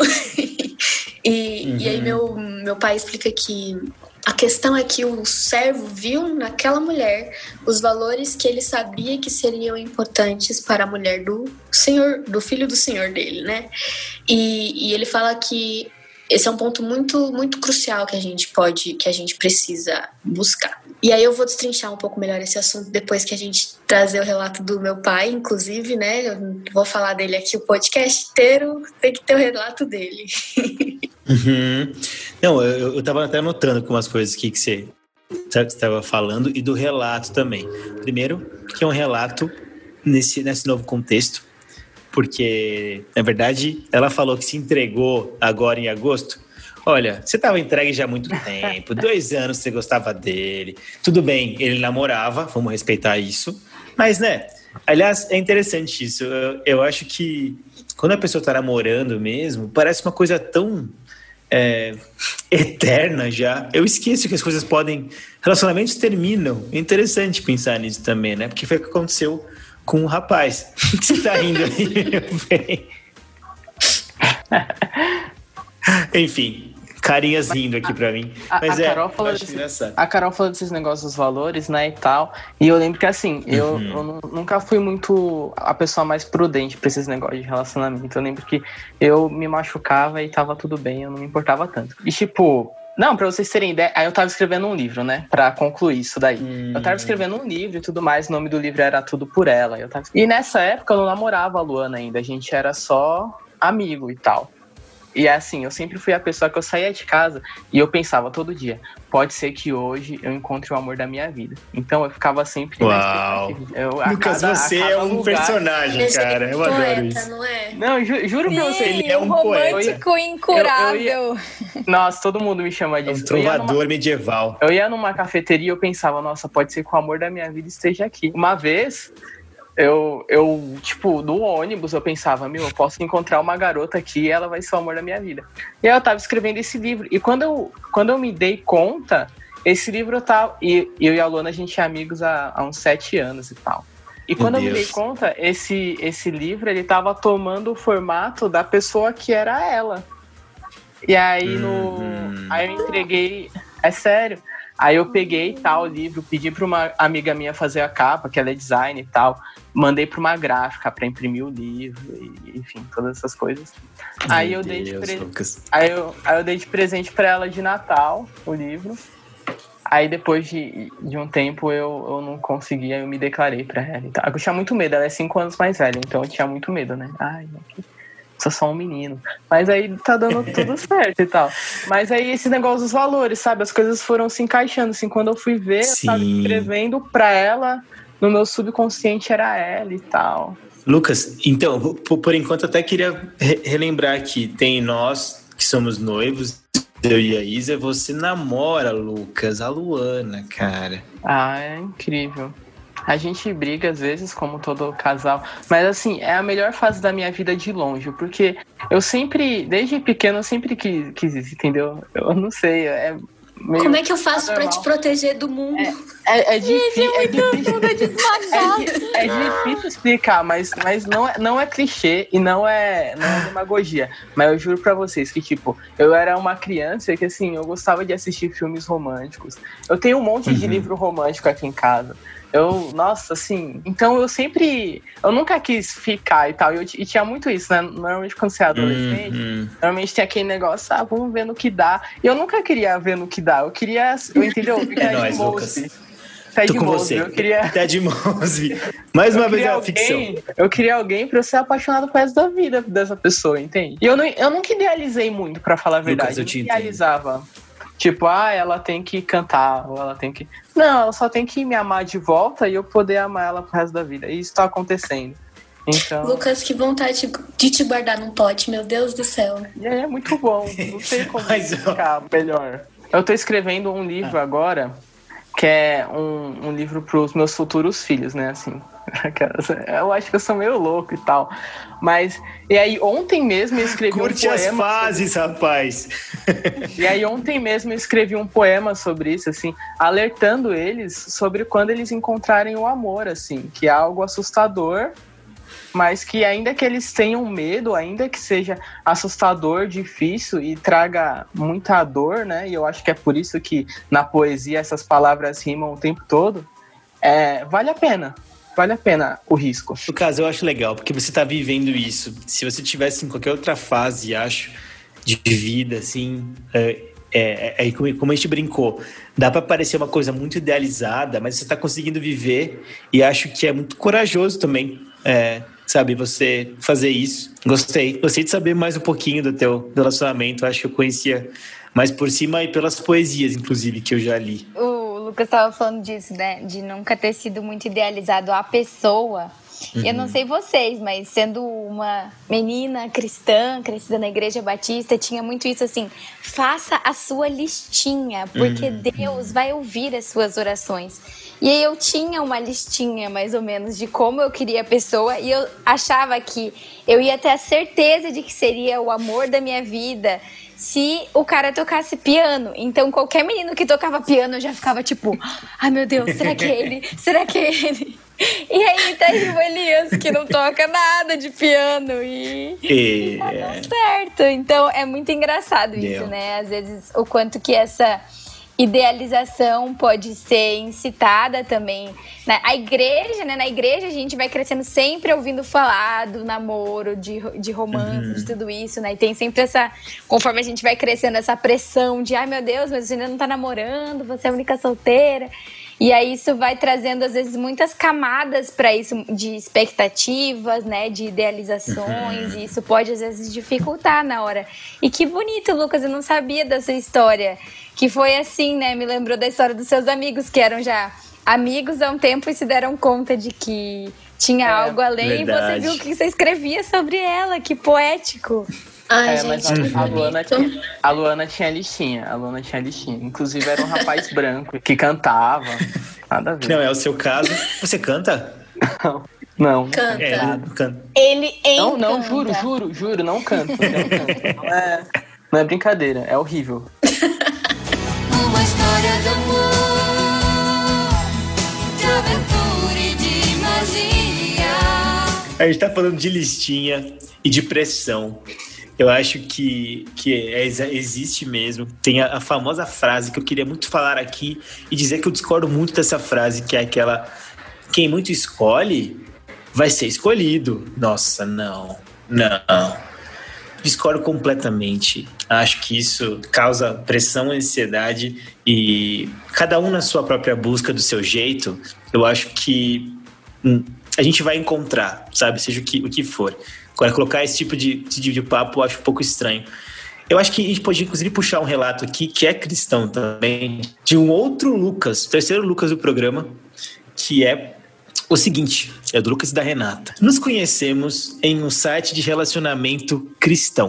e, uhum. e aí meu, meu pai explica que a questão é que o servo viu naquela mulher os valores que ele sabia que seriam importantes para a mulher do senhor, do filho do senhor dele, né? E, e ele fala que esse é um ponto muito, muito crucial que a gente pode, que a gente precisa buscar. E aí eu vou destrinchar um pouco melhor esse assunto depois que a gente trazer o relato do meu pai, inclusive, né? Eu vou falar dele aqui o podcast inteiro, tem que ter o relato dele. Uhum. Não, eu, eu tava até anotando algumas coisas aqui que você estava falando e do relato também. Primeiro, que é um relato nesse, nesse novo contexto, porque, na verdade, ela falou que se entregou agora em agosto. Olha, você estava entregue já há muito tempo, dois anos você gostava dele. Tudo bem, ele namorava, vamos respeitar isso. Mas, né, aliás, é interessante isso. Eu, eu acho que quando a pessoa está namorando mesmo, parece uma coisa tão é, eterna já. Eu esqueço que as coisas podem... Relacionamentos terminam. É interessante pensar nisso também, né? Porque foi o que aconteceu com um rapaz. O que você tá rindo aí, meu bem? Enfim, carinhas rindo aqui pra mim. Mas a, a é, Carol falou acho desse, engraçado. A Carol falou desses negócios dos valores, né, e tal. E eu lembro que, assim, eu, Uhum. eu nu- nunca fui muito a pessoa mais prudente pra esses negócios de relacionamento. Eu lembro que eu me machucava e tava tudo bem, eu não me importava tanto. E, tipo... Não, pra vocês terem ideia, aí eu tava escrevendo um livro, né? Pra concluir isso daí. Hum. Eu tava escrevendo um livro e tudo mais, o nome do livro era Tudo Por Ela. Eu tava... E nessa época eu não namorava a Luana ainda, a gente era só amigo e tal. E assim, eu sempre fui a pessoa que eu saía de casa e eu pensava todo dia, pode ser que hoje eu encontre o amor da minha vida. Então eu ficava sempre Uau. na expectativa. Eu, a Lucas, cada- a você cada é um lugar- personagem, Esse cara. Eu poeta, adoro isso. não é? Não, ju- juro pra você. Ele é um romântico incurável. Nossa, todo mundo me chama É um disso. Eu ia trovador numa- medieval. Eu ia numa cafeteria e eu pensava, nossa, pode ser que o amor da minha vida esteja aqui. Uma vez, eu, eu tipo, no ônibus, eu pensava, meu, eu posso encontrar uma garota aqui e ela vai ser o amor da minha vida. E aí eu tava escrevendo esse livro. E quando eu, quando eu me dei conta, esse livro tá... E eu e a Luana, a gente é amigos há, há uns sete anos e tal. E Meu quando eu me Deus. dei conta, esse, esse livro, ele tava tomando o formato da pessoa que era ela. E aí, no, Uhum. aí eu entreguei... É sério. Aí eu peguei tal o livro, pedi para uma amiga minha fazer a capa, que ela é design e tal. Mandei para uma gráfica para imprimir o livro, e, enfim, todas essas coisas. Aí Meu eu, dei de Deus, pre... Lucas. aí, eu, aí eu dei de presente para ela de Natal, o livro. Aí depois de, de um tempo eu, eu não conseguia, eu me declarei para ela. Então, eu tinha muito medo, ela é cinco anos mais velha, então eu tinha muito medo, né? Ai, que... sou só um menino. Mas aí tá dando tudo certo e tal. Mas aí esse negócio dos valores, sabe? As coisas foram se encaixando. Assim, quando eu fui ver, Sim. eu tava escrevendo pra ela, no meu subconsciente era ela e tal. Lucas, então, por, por enquanto eu até queria re- relembrar que tem nós que somos noivos, eu e a Isa, você namora, Lucas, a Luana, cara. Ah, é incrível. A gente briga às vezes, como todo casal, mas assim, é a melhor fase da minha vida de longe, porque eu sempre, desde pequeno, eu sempre quis, quis isso, entendeu? Eu não sei, é meio... Como é que eu faço pra normal. te proteger do mundo? É, é, difí- é difícil, Tudo desmagado. é, é difícil explicar, mas, mas não, é, não é clichê e não é, não é demagogia. Mas eu juro pra vocês que, tipo, eu era uma criança que, assim, eu gostava de assistir filmes românticos. Eu tenho um monte de Uhum. livro romântico aqui em casa. Eu, nossa, assim, então eu sempre, eu nunca quis ficar e tal, e, eu, e tinha muito isso, né, normalmente quando você é adolescente, Uhum. normalmente tem aquele negócio, ah, vamos ver no que dá, e eu nunca queria ver no que dá, eu queria, eu entendeu, É Ted nóis, Mosby, Lucas. Ted Tô com Mosby, você. eu queria... Ted Mosby. Mais Eu uma vez queria, é a alguém, ficção. eu queria alguém pra eu ser apaixonado pro resto da vida dessa pessoa, entende? E eu, não, eu nunca idealizei muito, pra falar a verdade. Lucas, eu te não entendo. idealizava. Tipo, ah, ela tem que cantar, ou ela tem que... Não, ela só tem que me amar de volta e eu poder amar ela pro resto da vida. E isso tá acontecendo. Então... Lucas, que vontade de te guardar num pote, meu Deus do céu. E aí é muito bom. Não sei como Mas, ó. explicar melhor. Eu tô escrevendo um livro agora, que é um, um livro pros meus futuros filhos, né, assim. Eu acho que eu sou meio louco e tal. Mas, e aí ontem mesmo eu escrevi Curte um as poema. fases, rapaz. E aí ontem mesmo eu escrevi um poema sobre isso, assim, alertando eles sobre quando eles encontrarem o amor, assim, que é algo assustador, mas que ainda que eles tenham medo, ainda que seja assustador, difícil e traga muita dor, né? E eu acho que é por isso que na poesia essas palavras rimam o tempo todo. É, vale a pena. Vale a pena o risco. No caso, eu acho legal, porque você tá vivendo isso. Se você tivesse em qualquer outra fase, acho, de vida, assim. É, é, é, como a gente brincou, dá para parecer uma coisa muito idealizada, mas você está conseguindo viver e acho que é muito corajoso também, é, sabe, você fazer isso. Gostei. Gostei de saber mais um pouquinho do teu relacionamento. Acho que eu conhecia mais por cima e pelas poesias, inclusive, que eu já li. O Lucas estava falando disso, né? De nunca ter sido muito idealizado a pessoa. Uhum. Eu não sei vocês, mas sendo uma menina cristã, crescida na Igreja Batista, tinha muito isso assim, faça a sua listinha, porque uhum. Deus vai ouvir as suas orações. E aí eu tinha uma listinha, mais ou menos, de como eu queria a pessoa, e eu achava que eu ia ter a certeza de que seria o amor da minha vida se o cara tocasse piano. Então, qualquer menino que tocava piano, eu já ficava tipo, ai meu Deus, será que é ele? Será que é ele? E aí tá aí o Elias, que não toca nada de piano e, e tá dando certo. Então, é muito engraçado isso, Deu. né? Às vezes, o quanto que essa idealização pode ser incitada também. A igreja, né? Na igreja a gente vai crescendo sempre ouvindo falar do namoro, de, de romance, uhum. de tudo isso, né? E tem sempre essa, conforme a gente vai crescendo, essa pressão de, ai meu Deus, mas você ainda não tá namorando, você é a única solteira. E aí isso vai trazendo, às vezes, muitas camadas para isso, de expectativas, né, de idealizações, uhum. e isso pode, às vezes, dificultar na hora. E que bonito, Lucas, eu não sabia da sua história, que foi assim, né, me lembrou da história dos seus amigos, que eram já amigos há um tempo e se deram conta de que tinha é, algo além, verdade. E você viu que você escrevia sobre ela, que poético. Ai, é, gente, mas a, a, Luana tinha, a Luana tinha listinha, a Luana tinha listinha. Inclusive era um rapaz branco que cantava. Nada a ver. Não é o seu caso. Você canta? Não. Não. Canta. É, não canta. Ele encanta. Não, não, juro, juro, juro, não canto. Não, canto. Não, é, não é brincadeira, é horrível. Uma história de amor, de aventura e de magia. A gente tá falando de listinha e de pressão. Eu acho que, que é, existe mesmo. Tem a, a famosa frase que eu queria muito falar aqui e dizer que eu discordo muito dessa frase, que é aquela: quem muito escolhe vai ser escolhido. Nossa, não, não. Discordo completamente. Acho que isso causa pressão e ansiedade, e cada um na sua própria busca do seu jeito, eu acho que hum, a gente vai encontrar, sabe? Seja o que, o que for. Agora, colocar esse tipo de, de, de papo eu acho um pouco estranho. Eu acho que a gente pode, inclusive, puxar um relato aqui, que é cristão também, de um outro Lucas, o terceiro Lucas do programa, que é o seguinte, é do Lucas e da Renata. Nos conhecemos em um site de relacionamento cristão.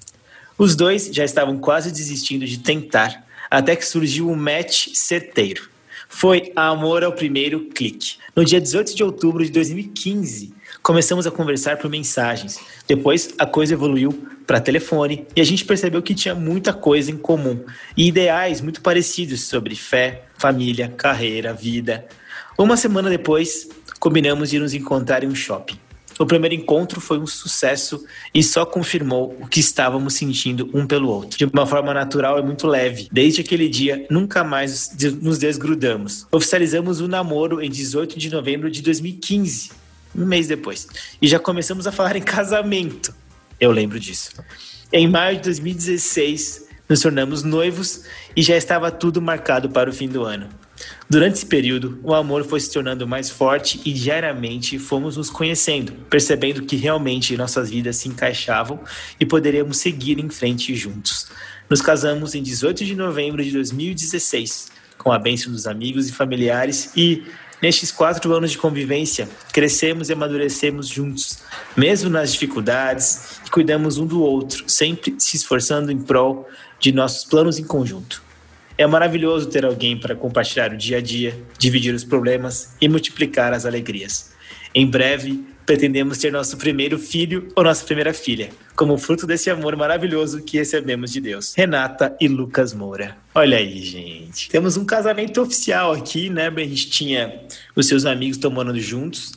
Os dois já estavam quase desistindo de tentar, até que surgiu um match certeiro. Foi amor ao primeiro clique. No dia dezoito de outubro de dois mil e quinze, começamos a conversar por mensagens. Depois, a coisa evoluiu para telefone e a gente percebeu que tinha muita coisa em comum e ideais muito parecidos sobre fé, família, carreira, vida. Uma semana depois, combinamos de nos encontrar em um shopping. O primeiro encontro foi um sucesso e só confirmou o que estávamos sentindo um pelo outro, de uma forma natural e muito leve. Desde aquele dia, nunca mais nos desgrudamos. Oficializamos o namoro em dezoito de novembro de dois mil e quinze, um mês depois, e já começamos a falar em casamento. Eu lembro disso. Em maio de dois mil e dezesseis, nos tornamos noivos e já estava tudo marcado para o fim do ano. Durante esse período, o amor foi se tornando mais forte e diariamente fomos nos conhecendo, percebendo que realmente nossas vidas se encaixavam e poderíamos seguir em frente juntos. Nos casamos em dezoito de novembro de dois mil e dezesseis, com a bênção dos amigos e familiares, e nestes quatro anos de convivência, crescemos e amadurecemos juntos, mesmo nas dificuldades, e cuidamos um do outro, sempre se esforçando em prol de nossos planos em conjunto. É maravilhoso ter alguém para compartilhar o dia a dia, dividir os problemas e multiplicar as alegrias. Em breve, pretendemos ter nosso primeiro filho ou nossa primeira filha, como fruto desse amor maravilhoso que recebemos de Deus. Renata e Lucas Moura. Olha aí, gente. Temos um casamento oficial aqui, né? A gente tinha os seus amigos tomando juntos.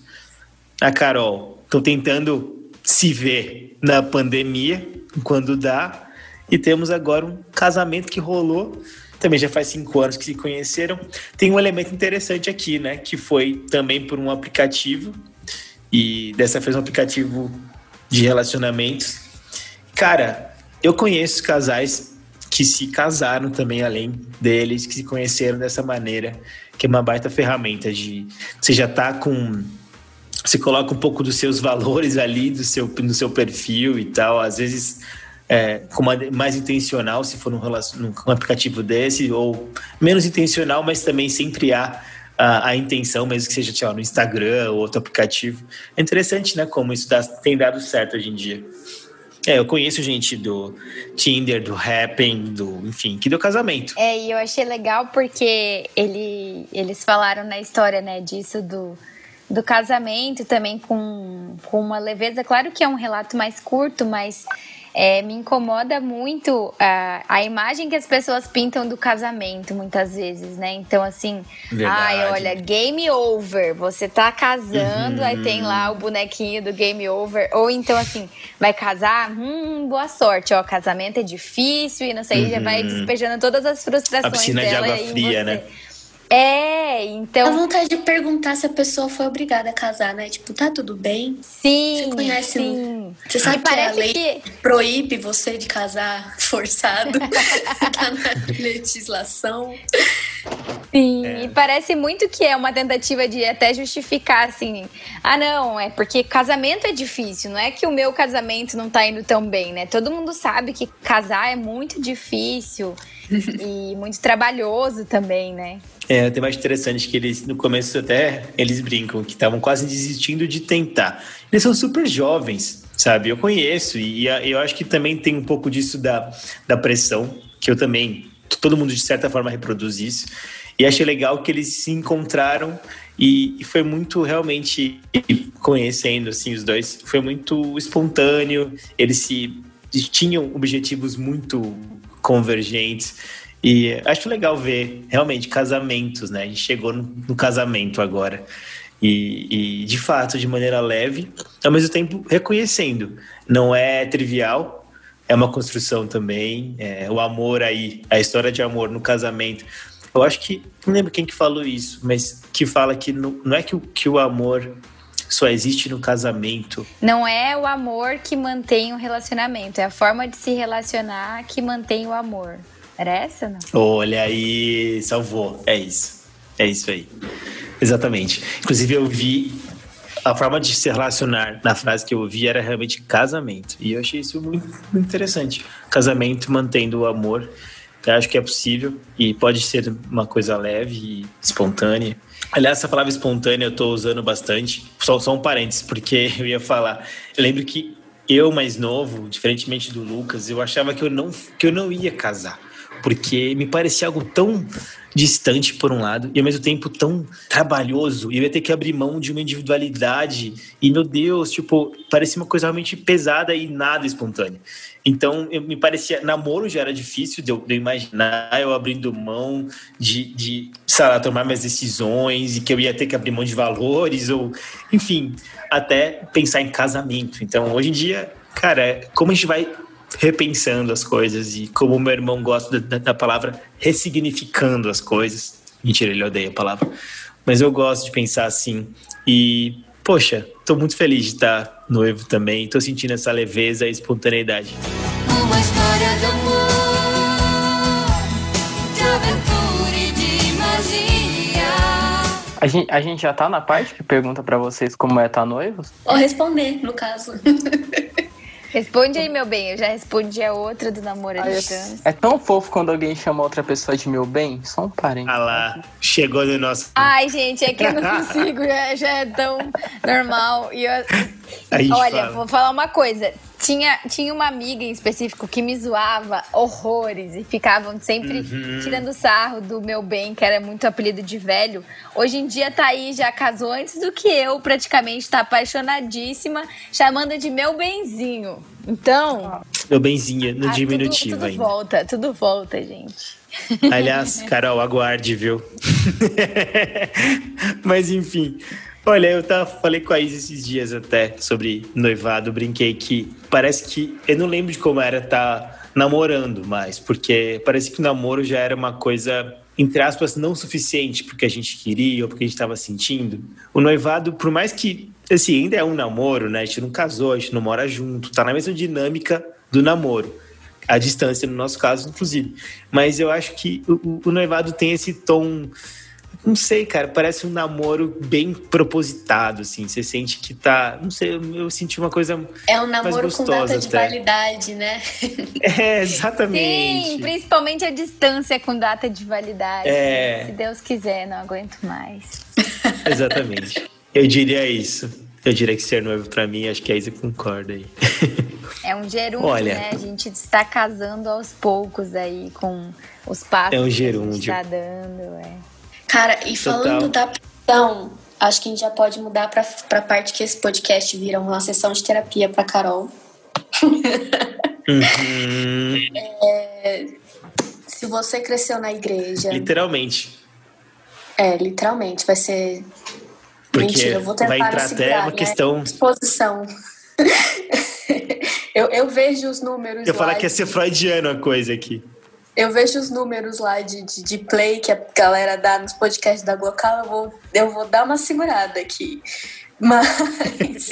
A Carol, estão tentando se ver na pandemia, quando dá. E temos agora um casamento que rolou. Também já faz cinco anos que se conheceram. Tem um elemento interessante aqui, né? Que foi também por um aplicativo. E dessa vez um aplicativo de relacionamentos. Cara, eu conheço casais que se casaram também, além deles, que se conheceram dessa maneira, que é uma baita ferramenta de... Você já tá com... Você coloca um pouco dos seus valores ali, do seu, do seu perfil e tal. Às vezes, é, com uma, mais intencional, se for num, num aplicativo desse, ou menos intencional, mas também sempre há a, a intenção, mesmo que seja, sei lá, no Instagram ou outro aplicativo. É interessante, né, como isso dá, tem dado certo hoje em dia. É, eu conheço gente do Tinder, do Happn, do, enfim, que deu casamento. É, e eu achei legal porque ele, eles falaram na história, né, disso do, do casamento também com, com uma leveza. Claro que é um relato mais curto, mas é, me incomoda muito a, a imagem que as pessoas pintam do casamento, muitas vezes, né? Então, assim, Verdade. ai, olha, game over, você tá casando, Uhum. aí tem lá o bonequinho do game over. Ou então, assim, vai casar, hum, boa sorte, ó, casamento é difícil e não sei, Uhum. já vai despejando todas as frustrações A piscina de dela água em fria, você. né? É, Dá então, vontade de perguntar se a pessoa foi obrigada a casar, né? Tipo, tá tudo bem? sim, Você conhece sim. Você sabe E que a parece lei que... proíbe você de casar forçado? Tá na legislação. Sim, É. e parece muito que é uma tentativa de até justificar, assim, ah, não, é porque casamento é difícil, não é que o meu casamento não tá indo tão bem, né? Todo mundo sabe que casar é muito difícil e muito trabalhoso também, né? É, tem mais interessante que eles, no começo até, eles brincam que estavam quase desistindo de tentar. Eles são super jovens, sabe? Eu conheço e, e eu acho que também tem um pouco disso da, da pressão, que eu também, todo mundo de certa forma reproduz isso. E achei legal que eles se encontraram e, e foi muito realmente, conhecendo assim os dois, foi muito espontâneo, eles se tinham objetivos muito convergentes. E acho legal ver, realmente, casamentos, né? A gente chegou no, no casamento agora. E, e, de fato, de maneira leve, ao mesmo tempo reconhecendo. Não é trivial, é uma construção também. É, o amor aí, a história de amor no casamento. Eu acho que, não lembro quem que falou isso, mas que fala que não, não é que o, que o amor só existe no casamento. Não é o amor que mantém o relacionamento, é a forma de se relacionar que mantém o amor. Era essa, não? Olha aí, salvou. É isso. É isso aí. Exatamente. Inclusive, eu vi a forma de se relacionar na frase que eu ouvi era realmente casamento. E eu achei isso muito, muito interessante. Casamento mantendo o amor. Eu acho que é possível e pode ser uma coisa leve e espontânea. Aliás, essa palavra espontânea eu estou usando bastante. Só, só um parênteses, porque eu ia falar. Eu lembro que eu, mais novo, diferentemente do Lucas, eu achava que eu não, que eu não ia casar. Porque me parecia algo tão distante, por um lado, e ao mesmo tempo tão trabalhoso. E eu ia ter que abrir mão de uma individualidade. E, meu Deus, tipo, parecia uma coisa realmente pesada e nada espontânea. Então, eu, me parecia... Namoro já era difícil de eu, de eu imaginar eu abrindo mão de, de, sei lá, tomar minhas decisões e que eu ia ter que abrir mão de valores ou... Enfim, até pensar em casamento. Então, hoje em dia, cara, como a gente vai repensando as coisas e como o meu irmão gosta da, da palavra ressignificando as coisas. Mentira, ele odeia a palavra. Mas eu gosto de pensar assim. E, poxa, tô muito feliz de estar noivo também. Tô sentindo essa leveza e espontaneidade. Uma história de amor, de aventura e de magia. A gente, a gente já tá na parte que pergunta pra vocês como é estar noivos? Ou responder, no caso. Responde aí, meu bem. Eu já respondi a outra do namoro à Ai, distância. é, é tão fofo quando alguém chama outra pessoa de meu bem. Só um parênteses. Ah lá, chegou no nosso... Ai, gente, é que eu não consigo. Já, já é tão normal. E eu, A gente olha, fala. vou falar uma coisa. Tinha, tinha uma amiga em específico que me zoava horrores e ficavam sempre Uhum. tirando sarro do meu bem, que era muito apelido de velho. Hoje em dia tá aí, já casou antes do que eu, praticamente tá apaixonadíssima, chamando de meu benzinho. Então, Meu benzinho, no ah, diminutivo tudo, tudo ainda. volta, tudo volta, gente. Aliás, Carol, aguarde, viu? Mas enfim, olha, eu tava, falei com a Isa esses dias até sobre noivado, brinquei que parece que, eu não lembro de como era estar namorando mais, porque parece que o namoro já era uma coisa, entre aspas, não suficiente porque a gente queria ou porque a gente estava sentindo. O noivado, por mais que, assim, ainda é um namoro, né? A gente não casou, a gente não mora junto, tá na mesma dinâmica do namoro. à distância, no nosso caso, inclusive. Mas eu acho que o, o noivado tem esse tom... Não sei, cara, parece um namoro bem propositado, assim. Você sente que tá... Não sei, eu, eu senti uma coisa É um namoro mais com data de até. validade, né? É, exatamente. Sim, principalmente a distância com data de validade. É. Se Deus quiser, não aguento mais. Exatamente. Eu diria isso. Eu diria que ser noivo pra mim, acho que a Isa concorda aí. É um gerúndio, Olha, né? A gente está casando aos poucos aí com os passos É um que a gerúndio. gente tá dando, é. Cara, e falando Total. da pressão, acho que a gente já pode mudar pra, pra parte que esse podcast vira uma sessão de terapia pra Carol. Uhum. É, se você cresceu na igreja... Literalmente. É, literalmente, vai ser... Porque Mentira, eu vou tentar vai entrar me segurar, até uma né? questão... Exposição. eu, eu vejo os números Eu lá. falar que ia de- ser freudiano a coisa aqui. Eu vejo os números lá de, de, de play que a galera dá nos podcasts da Glocal, eu vou, eu vou dar uma segurada aqui. Mas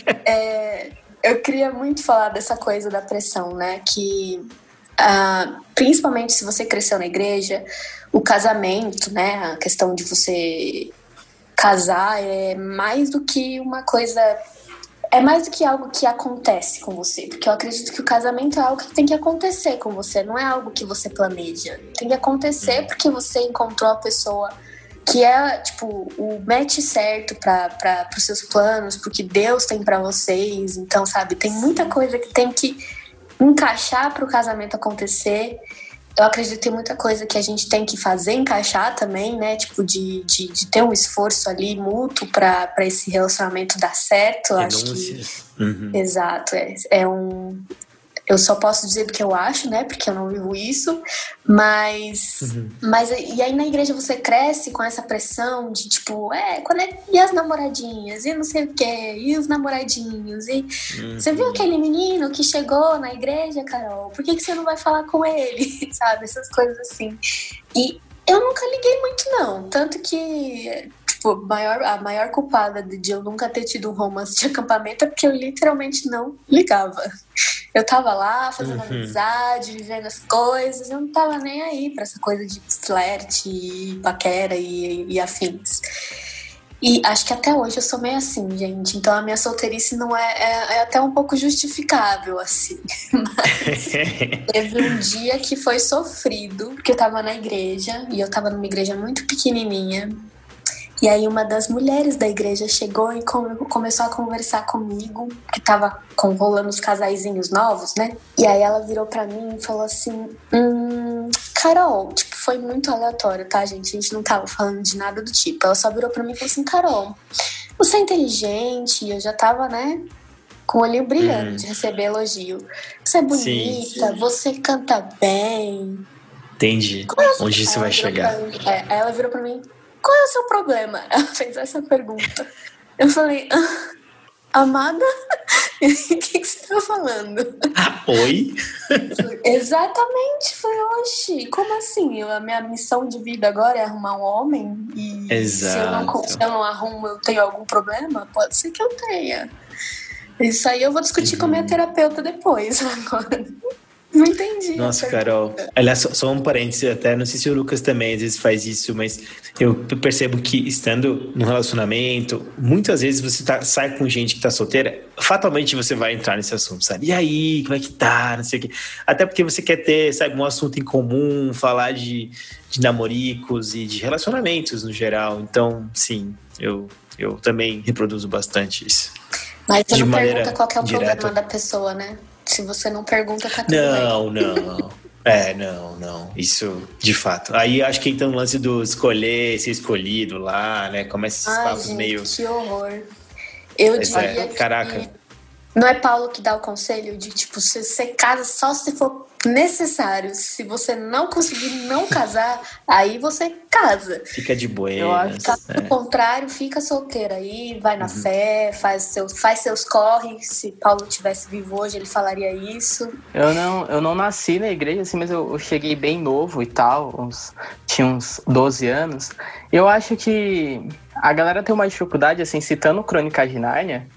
é, eu queria muito falar dessa coisa da pressão, né? Que ah, principalmente se você cresceu na igreja, o casamento, né? A questão de você casar é mais do que uma coisa... É mais do que algo que acontece com você. Porque eu acredito que o casamento é algo que tem que acontecer com você. Não é algo que você planeja. Tem que acontecer porque você encontrou a pessoa que é, tipo, o match certo para os seus planos, pro que Deus tem para vocês. Então, sabe, tem muita coisa que tem que encaixar para o casamento acontecer. Eu acredito que tem muita coisa que a gente tem que fazer encaixar também, né? Tipo, de, de, de ter um esforço ali mútuo para esse relacionamento dar certo. Eu acho que... Renúncias. Uhum. Exato, é, é um... Eu só posso dizer do que eu acho, né? Porque eu não vivo isso. Mas... Uhum. mas e aí na igreja você cresce com essa pressão de tipo... É, quando é, e as namoradinhas? E não sei o quê? E os namoradinhos? E Uhum. você viu aquele menino que chegou na igreja, Carol? Por que, que você não vai falar com ele? Sabe? Essas coisas assim. E eu nunca liguei muito, não. Tanto que... Tipo, maior, a maior culpada de eu nunca ter tido um romance de acampamento é porque eu literalmente não ligava. Eu tava lá fazendo Uhum. amizade, vivendo as coisas, eu não tava nem aí pra essa coisa de flerte, e paquera e, e afins. E acho que até hoje eu sou meio assim, gente. Então a minha solteirice não é, é, é até um pouco justificável, assim. Mas teve um dia que foi sofrido, porque eu tava na igreja, e eu tava numa igreja muito pequenininha. E aí uma das mulheres da igreja chegou e come- começou a conversar comigo, que tava com, rolando os casaizinhos novos, né? E aí ela virou pra mim e falou assim, hum, Carol, tipo, foi muito aleatório, tá, gente? A gente não tava falando de nada do tipo. Ela só virou pra mim e falou assim, Carol, você é inteligente, e eu já tava, né, com o olhinho brilhando Hum. de receber elogio. Você é bonita, Sim. você canta bem. Entendi. Onde isso Ela vai virou chegar? pra mim- é, aí ela virou pra mim, qual é o seu problema? Ela fez essa pergunta. Eu falei, ah, amada, o que, que você tá falando? Oi? Exatamente, foi, oxi, como assim? Eu, a minha missão de vida agora é arrumar um homem? E se eu, não, Exato. se eu não arrumo, eu tenho algum problema? Pode ser que eu tenha. Isso aí eu vou discutir com a minha terapeuta depois, agora. Não entendi. Nossa, a Carol. pergunta. Aliás, só, só um parênteses até, não sei se o Lucas também às vezes faz isso, mas eu percebo que estando num relacionamento, muitas vezes você tá, sai com gente que tá solteira, fatalmente você vai entrar nesse assunto, sabe? E aí, como é que tá? Não sei o quê. Até porque você quer ter, sabe, um assunto em comum, falar de, de namoricos e de relacionamentos no geral. Então, sim, eu, eu também reproduzo bastante isso. Mas você de não maneira pergunta qual que é o direta. problema da pessoa, né? Se você não pergunta, tá tudo bem. Não, não. É, não, não. Isso, de fato. Aí acho que entra no lance do escolher, ser escolhido lá, né? Começa esses Ai, papos gente, meio. que horror. Eu Pois diria é, que... caraca. Não é Paulo que dá o conselho de, tipo, você, você casa só se for necessário. Se você não conseguir não casar, aí você casa. Fica de Eu acho buenas. Caso É. contrário, fica solteira aí, vai na Uhum. fé, faz seus, faz seus corre. Se Paulo tivesse vivo hoje, ele falaria isso. Eu não, eu não nasci na igreja, assim, mas eu, eu cheguei bem novo e tal, uns, tinha uns doze anos. Eu acho que a galera tem uma dificuldade, assim, citando Crônicas de Nárnia,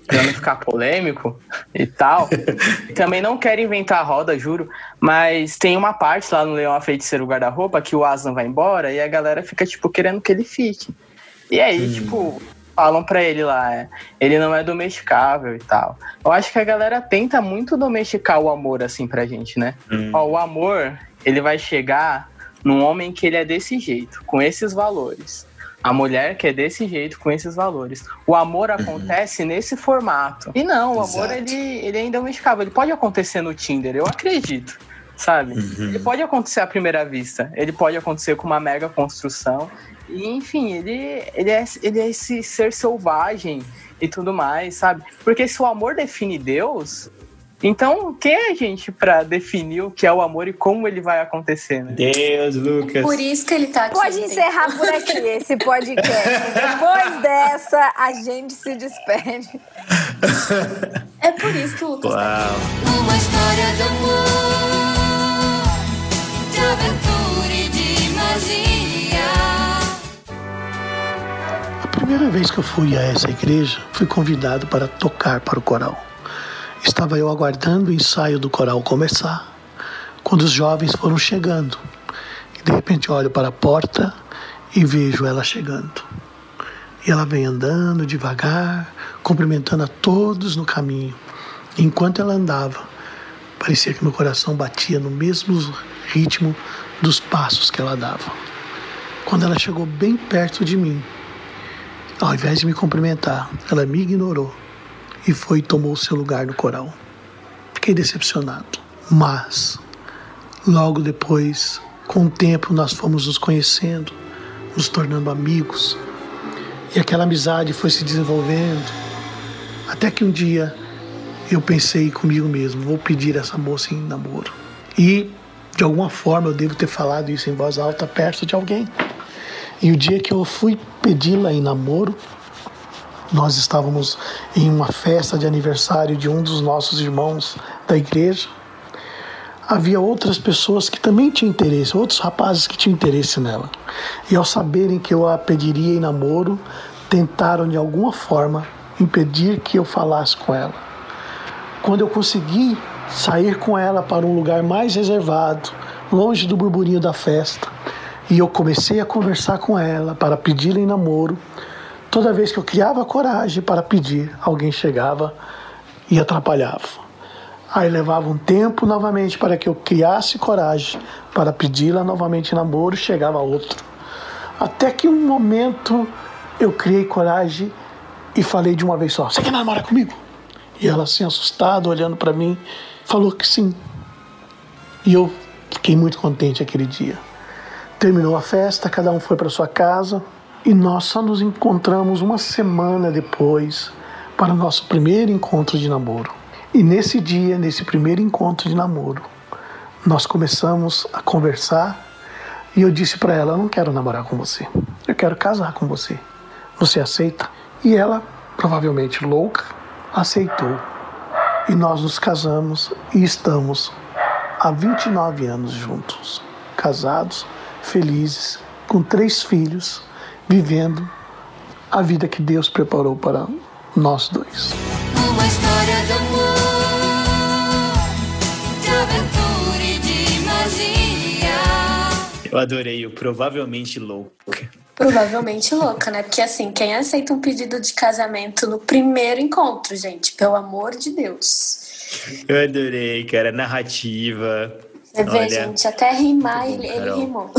pra não ficar polêmico e tal. Também não quero inventar a roda, juro, mas tem uma parte lá no Leão, a Feiticeira, o Guarda-Roupa, que o Aslan vai embora e a galera fica, tipo, querendo que ele fique. E aí, hum. tipo, falam pra ele lá, é, ele não é domesticável e tal. Eu acho que a galera tenta muito domesticar o amor, assim, pra gente, né? Hum. Ó, o amor, ele vai chegar num homem que ele é desse jeito, com esses valores. A mulher que é desse jeito, com esses valores. O amor acontece uhum. nesse formato. E não, o amor, ele, ele ainda é domesticável. Ele pode acontecer no Tinder, eu acredito, sabe? Uhum. Ele pode acontecer à primeira vista. Ele pode acontecer com uma mega construção. E, enfim, ele, ele, é, ele é esse ser selvagem e tudo mais, sabe? Porque se o amor define Deus... Então, quem é a gente pra definir o que é o amor e como ele vai acontecer, né? Deus, Lucas. Por isso que ele tá aqui. Pode encerrar por aqui esse podcast. Depois dessa, a gente se despede. É por isso que o Lucas Uau. tá aqui. Uma história de amor, de aventura e de magia. A primeira vez que eu fui a essa igreja, fui convidado para tocar para o coral. Estava eu aguardando o ensaio do coral começar, quando os jovens foram chegando. E de repente olho para a porta e vejo ela chegando. E ela vem andando devagar, cumprimentando a todos no caminho. E enquanto ela andava, parecia que meu coração batia no mesmo ritmo dos passos que ela dava. Quando ela chegou bem perto de mim, ao invés de me cumprimentar, ela me ignorou. E foi e tomou seu lugar no coral. Fiquei decepcionado. Mas, logo depois, com o tempo, nós fomos nos conhecendo, nos tornando amigos. E aquela amizade foi se desenvolvendo. Até que um dia, eu pensei comigo mesmo, vou pedir essa moça em namoro. E, de alguma forma, eu devo ter falado isso em voz alta perto de alguém. E o dia que eu fui pedi-la em namoro, nós estávamos em uma festa de aniversário de um dos nossos irmãos da igreja. Havia outras pessoas que também tinham interesse, outros rapazes que tinham interesse nela. E ao saberem que eu a pediria em namoro, tentaram de alguma forma impedir que eu falasse com ela. Quando eu consegui sair com ela para um lugar mais reservado, longe do burburinho da festa, e eu comecei a conversar com ela para pedi-la em namoro, toda vez que eu criava coragem para pedir, alguém chegava e atrapalhava. Aí levava um tempo novamente para que eu criasse coragem para pedi-la novamente em namoro, chegava outro. Até que um momento eu criei coragem e falei de uma vez só, você quer namorar comigo? E ela assim, assustada, olhando para mim, falou que sim. E eu fiquei muito contente aquele dia. Terminou a festa, cada um foi para sua casa, e nós só nos encontramos uma semana depois para o nosso primeiro encontro de namoro. E nesse dia, nesse primeiro encontro de namoro, nós começamos a conversar e eu disse para ela, eu não quero namorar com você, eu quero casar com você. Você aceita? E ela, provavelmente louca, aceitou. E nós nos casamos e estamos há vinte e nove anos juntos, casados, felizes, com três filhos, vivendo a vida que Deus preparou para nós dois. Uma história de amor, de aventura e de magia. Eu adorei o provavelmente louca. Provavelmente louca, né? Porque assim, quem aceita um pedido de casamento no primeiro encontro, gente? Pelo amor de Deus. Eu adorei, cara, narrativa. Você vê, gente, até rimar bom, ele, ele rimou.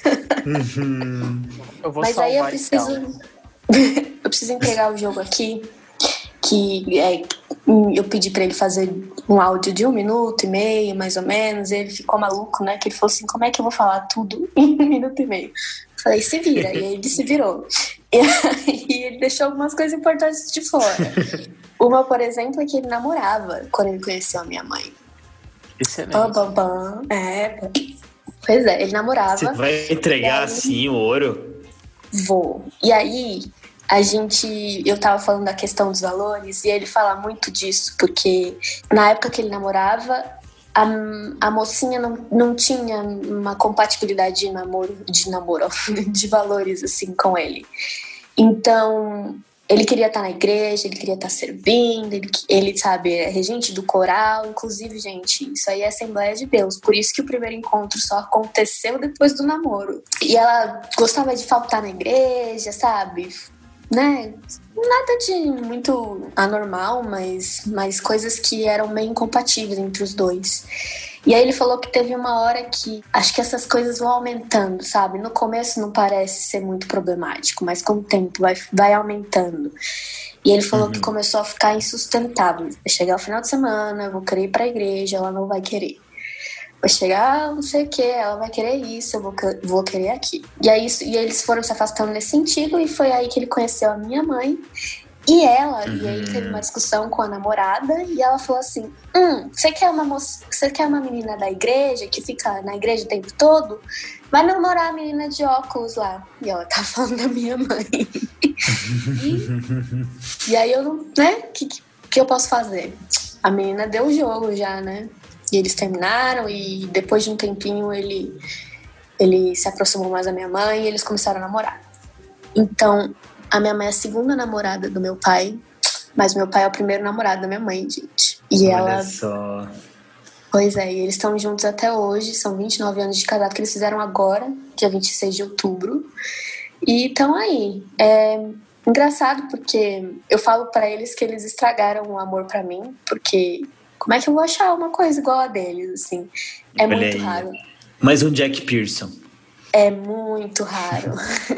Uhum. Eu vou Mas aí eu preciso então. eu preciso entregar o jogo aqui, que é, eu pedi pra ele fazer um áudio de um minuto e meio, mais ou menos, e ele ficou maluco, né, que ele falou assim, como é que eu vou falar tudo em um minuto e meio? Falei, se vira, e aí ele se virou. E aí ele deixou algumas coisas importantes de fora. Uma, por exemplo, é que ele namorava quando ele conheceu a minha mãe. Excelente. Pam, pam, pam. É, pois é, ele namorava. Você vai entregar aí, assim o ouro? Vou. E aí, a gente... Eu tava falando da questão dos valores, e ele fala muito disso, porque na época que ele namorava, a, a mocinha não, não tinha uma compatibilidade de namoro, de namoro, de valores, assim, com ele. Então, Ele queria estar na igreja, ele queria estar servindo, ele, ele, sabe, é regente do coral. Inclusive, gente, isso aí é Assembleia de Deus. Por isso que o primeiro encontro só aconteceu depois do namoro. E ela gostava de faltar na igreja, sabe? Né? Nada de muito anormal, mas, mas coisas que eram meio incompatíveis entre os dois. E aí ele falou que teve uma hora que acho que essas coisas vão aumentando, sabe? No começo não parece ser muito problemático, mas com o tempo vai, vai aumentando. E ele falou uhum. que começou a ficar insustentável. Vai chegar o final de semana, eu vou querer ir pra igreja, ela não vai querer. Vai chegar não sei o que, ela vai querer isso, eu vou, vou querer aqui. E aí e eles foram se afastando nesse sentido, e foi aí que ele conheceu a minha mãe. E ela, uhum. e aí teve uma discussão com a namorada, e ela falou assim, hum, você quer uma moça, você quer uma menina da igreja, que fica na igreja o tempo todo? Vai namorar a menina de óculos lá. E ela tá falando da minha mãe. e, e aí eu não, né, o que, que eu posso fazer? A menina deu o jogo já, né? E eles terminaram, e depois de um tempinho ele, ele se aproximou mais da minha mãe, e eles começaram a namorar. Então, a minha mãe é a segunda namorada do meu pai, mas meu pai é o primeiro namorado da minha mãe, gente. E Olha ela... só. Pois é, e eles estão juntos até hoje, são vinte e nove anos de casado, que eles fizeram agora, dia vinte e seis de outubro. E estão aí. É engraçado porque eu falo pra eles que eles estragaram o amor pra mim, porque como é que eu vou achar uma coisa igual a deles, assim? É Olha muito aí. raro. Mais um Jack Pearson. É muito raro.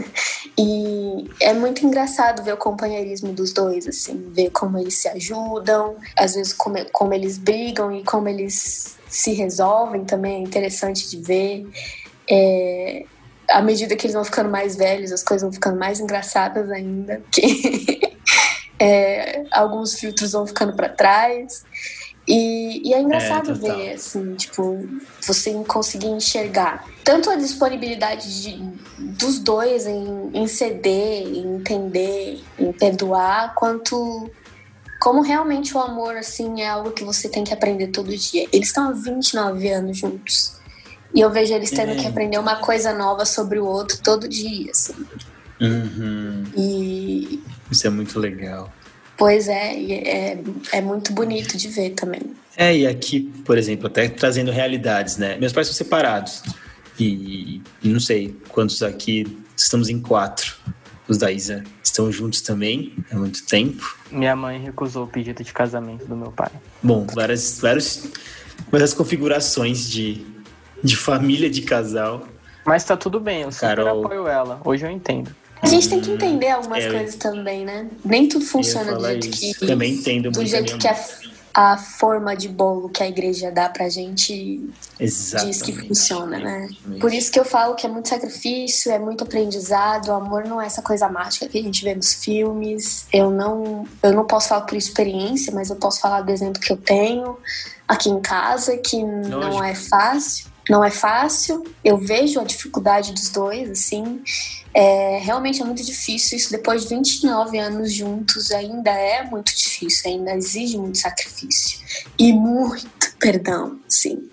E é muito engraçado ver o companheirismo dos dois, assim, ver como eles se ajudam, às vezes como, como eles brigam e como eles se resolvem também, é interessante de ver. É, à medida que eles vão ficando mais velhos, as coisas vão ficando mais engraçadas ainda, porque é, alguns filtros vão ficando para trás. E, e é engraçado é, ver, assim, tipo, você conseguir enxergar tanto a disponibilidade de, dos dois em, em ceder, em entender, em perdoar, quanto como realmente o amor, assim, é algo que você tem que aprender todo dia. Eles estão há vinte e nove anos juntos. E eu vejo eles tendo é. que aprender uma coisa nova sobre o outro todo dia, assim. Uhum. E... Isso é muito legal. Pois é, é, é muito bonito de ver também. É, e aqui, por exemplo, até trazendo realidades, né? Meus pais são separados. E, e não sei quantos aqui, estamos em quatro. Os da Isa estão juntos também há muito tempo. Minha mãe recusou o pedido de casamento do meu pai. Bom, várias, várias, várias configurações de, de família, de casal. Mas tá tudo bem, eu super Carol... apoio ela. Hoje eu entendo. A gente tem que entender algumas é, coisas também, né? Nem tudo funciona do jeito isso. que... Também entendo do muito jeito que a, a forma de bolo que a igreja dá pra gente Exatamente. Diz que funciona, né? Por isso que eu falo que é muito sacrifício, é muito aprendizado. O amor não é essa coisa mágica que a gente vê nos filmes. Eu não, eu não posso falar por experiência, mas eu posso falar do exemplo que eu tenho aqui em casa, que Lógico. não é fácil. Não é fácil, eu vejo a dificuldade dos dois, assim, é, realmente é muito difícil, isso depois de vinte e nove anos juntos ainda é muito difícil, ainda exige muito sacrifício e muito perdão, sim.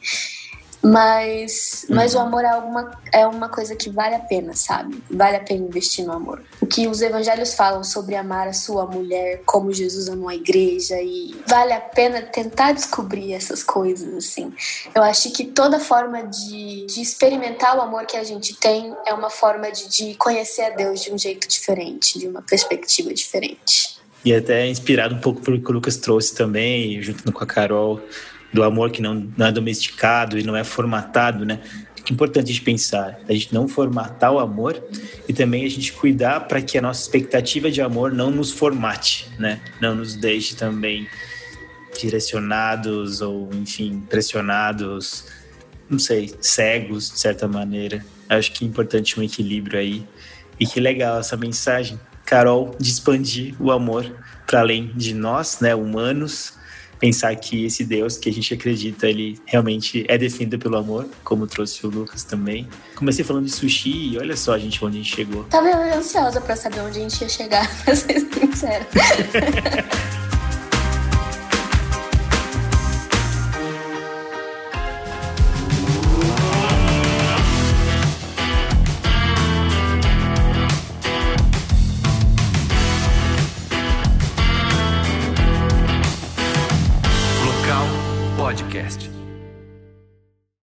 Mas, mas o amor é, alguma, é uma coisa que vale a pena, sabe? Vale a pena investir no amor. O que os evangelhos falam sobre amar a sua mulher, como Jesus amou a igreja, e vale a pena tentar descobrir essas coisas, assim. Eu acho que toda forma de, de experimentar o amor que a gente tem é uma forma de, de conhecer a Deus de um jeito diferente, de uma perspectiva diferente. E até inspirado um pouco pelo que o Lucas trouxe também, junto com a Carol, do amor que não, não é domesticado e não é formatado, né? É importante a gente pensar, a gente não formatar o amor e também a gente cuidar para que a nossa expectativa de amor não nos formate, né? Não nos deixe também direcionados ou, enfim, pressionados, não sei, cegos, de certa maneira. Acho que é importante um equilíbrio aí. E que legal essa mensagem, Carol, de expandir o amor para além de nós, né, humanos. Pensar que esse Deus que a gente acredita, ele realmente é definido pelo amor, como trouxe o Lucas também. Comecei falando de sushi e olha só, gente, onde a gente chegou. Tava ansiosa pra saber onde a gente ia chegar, pra ser sincera.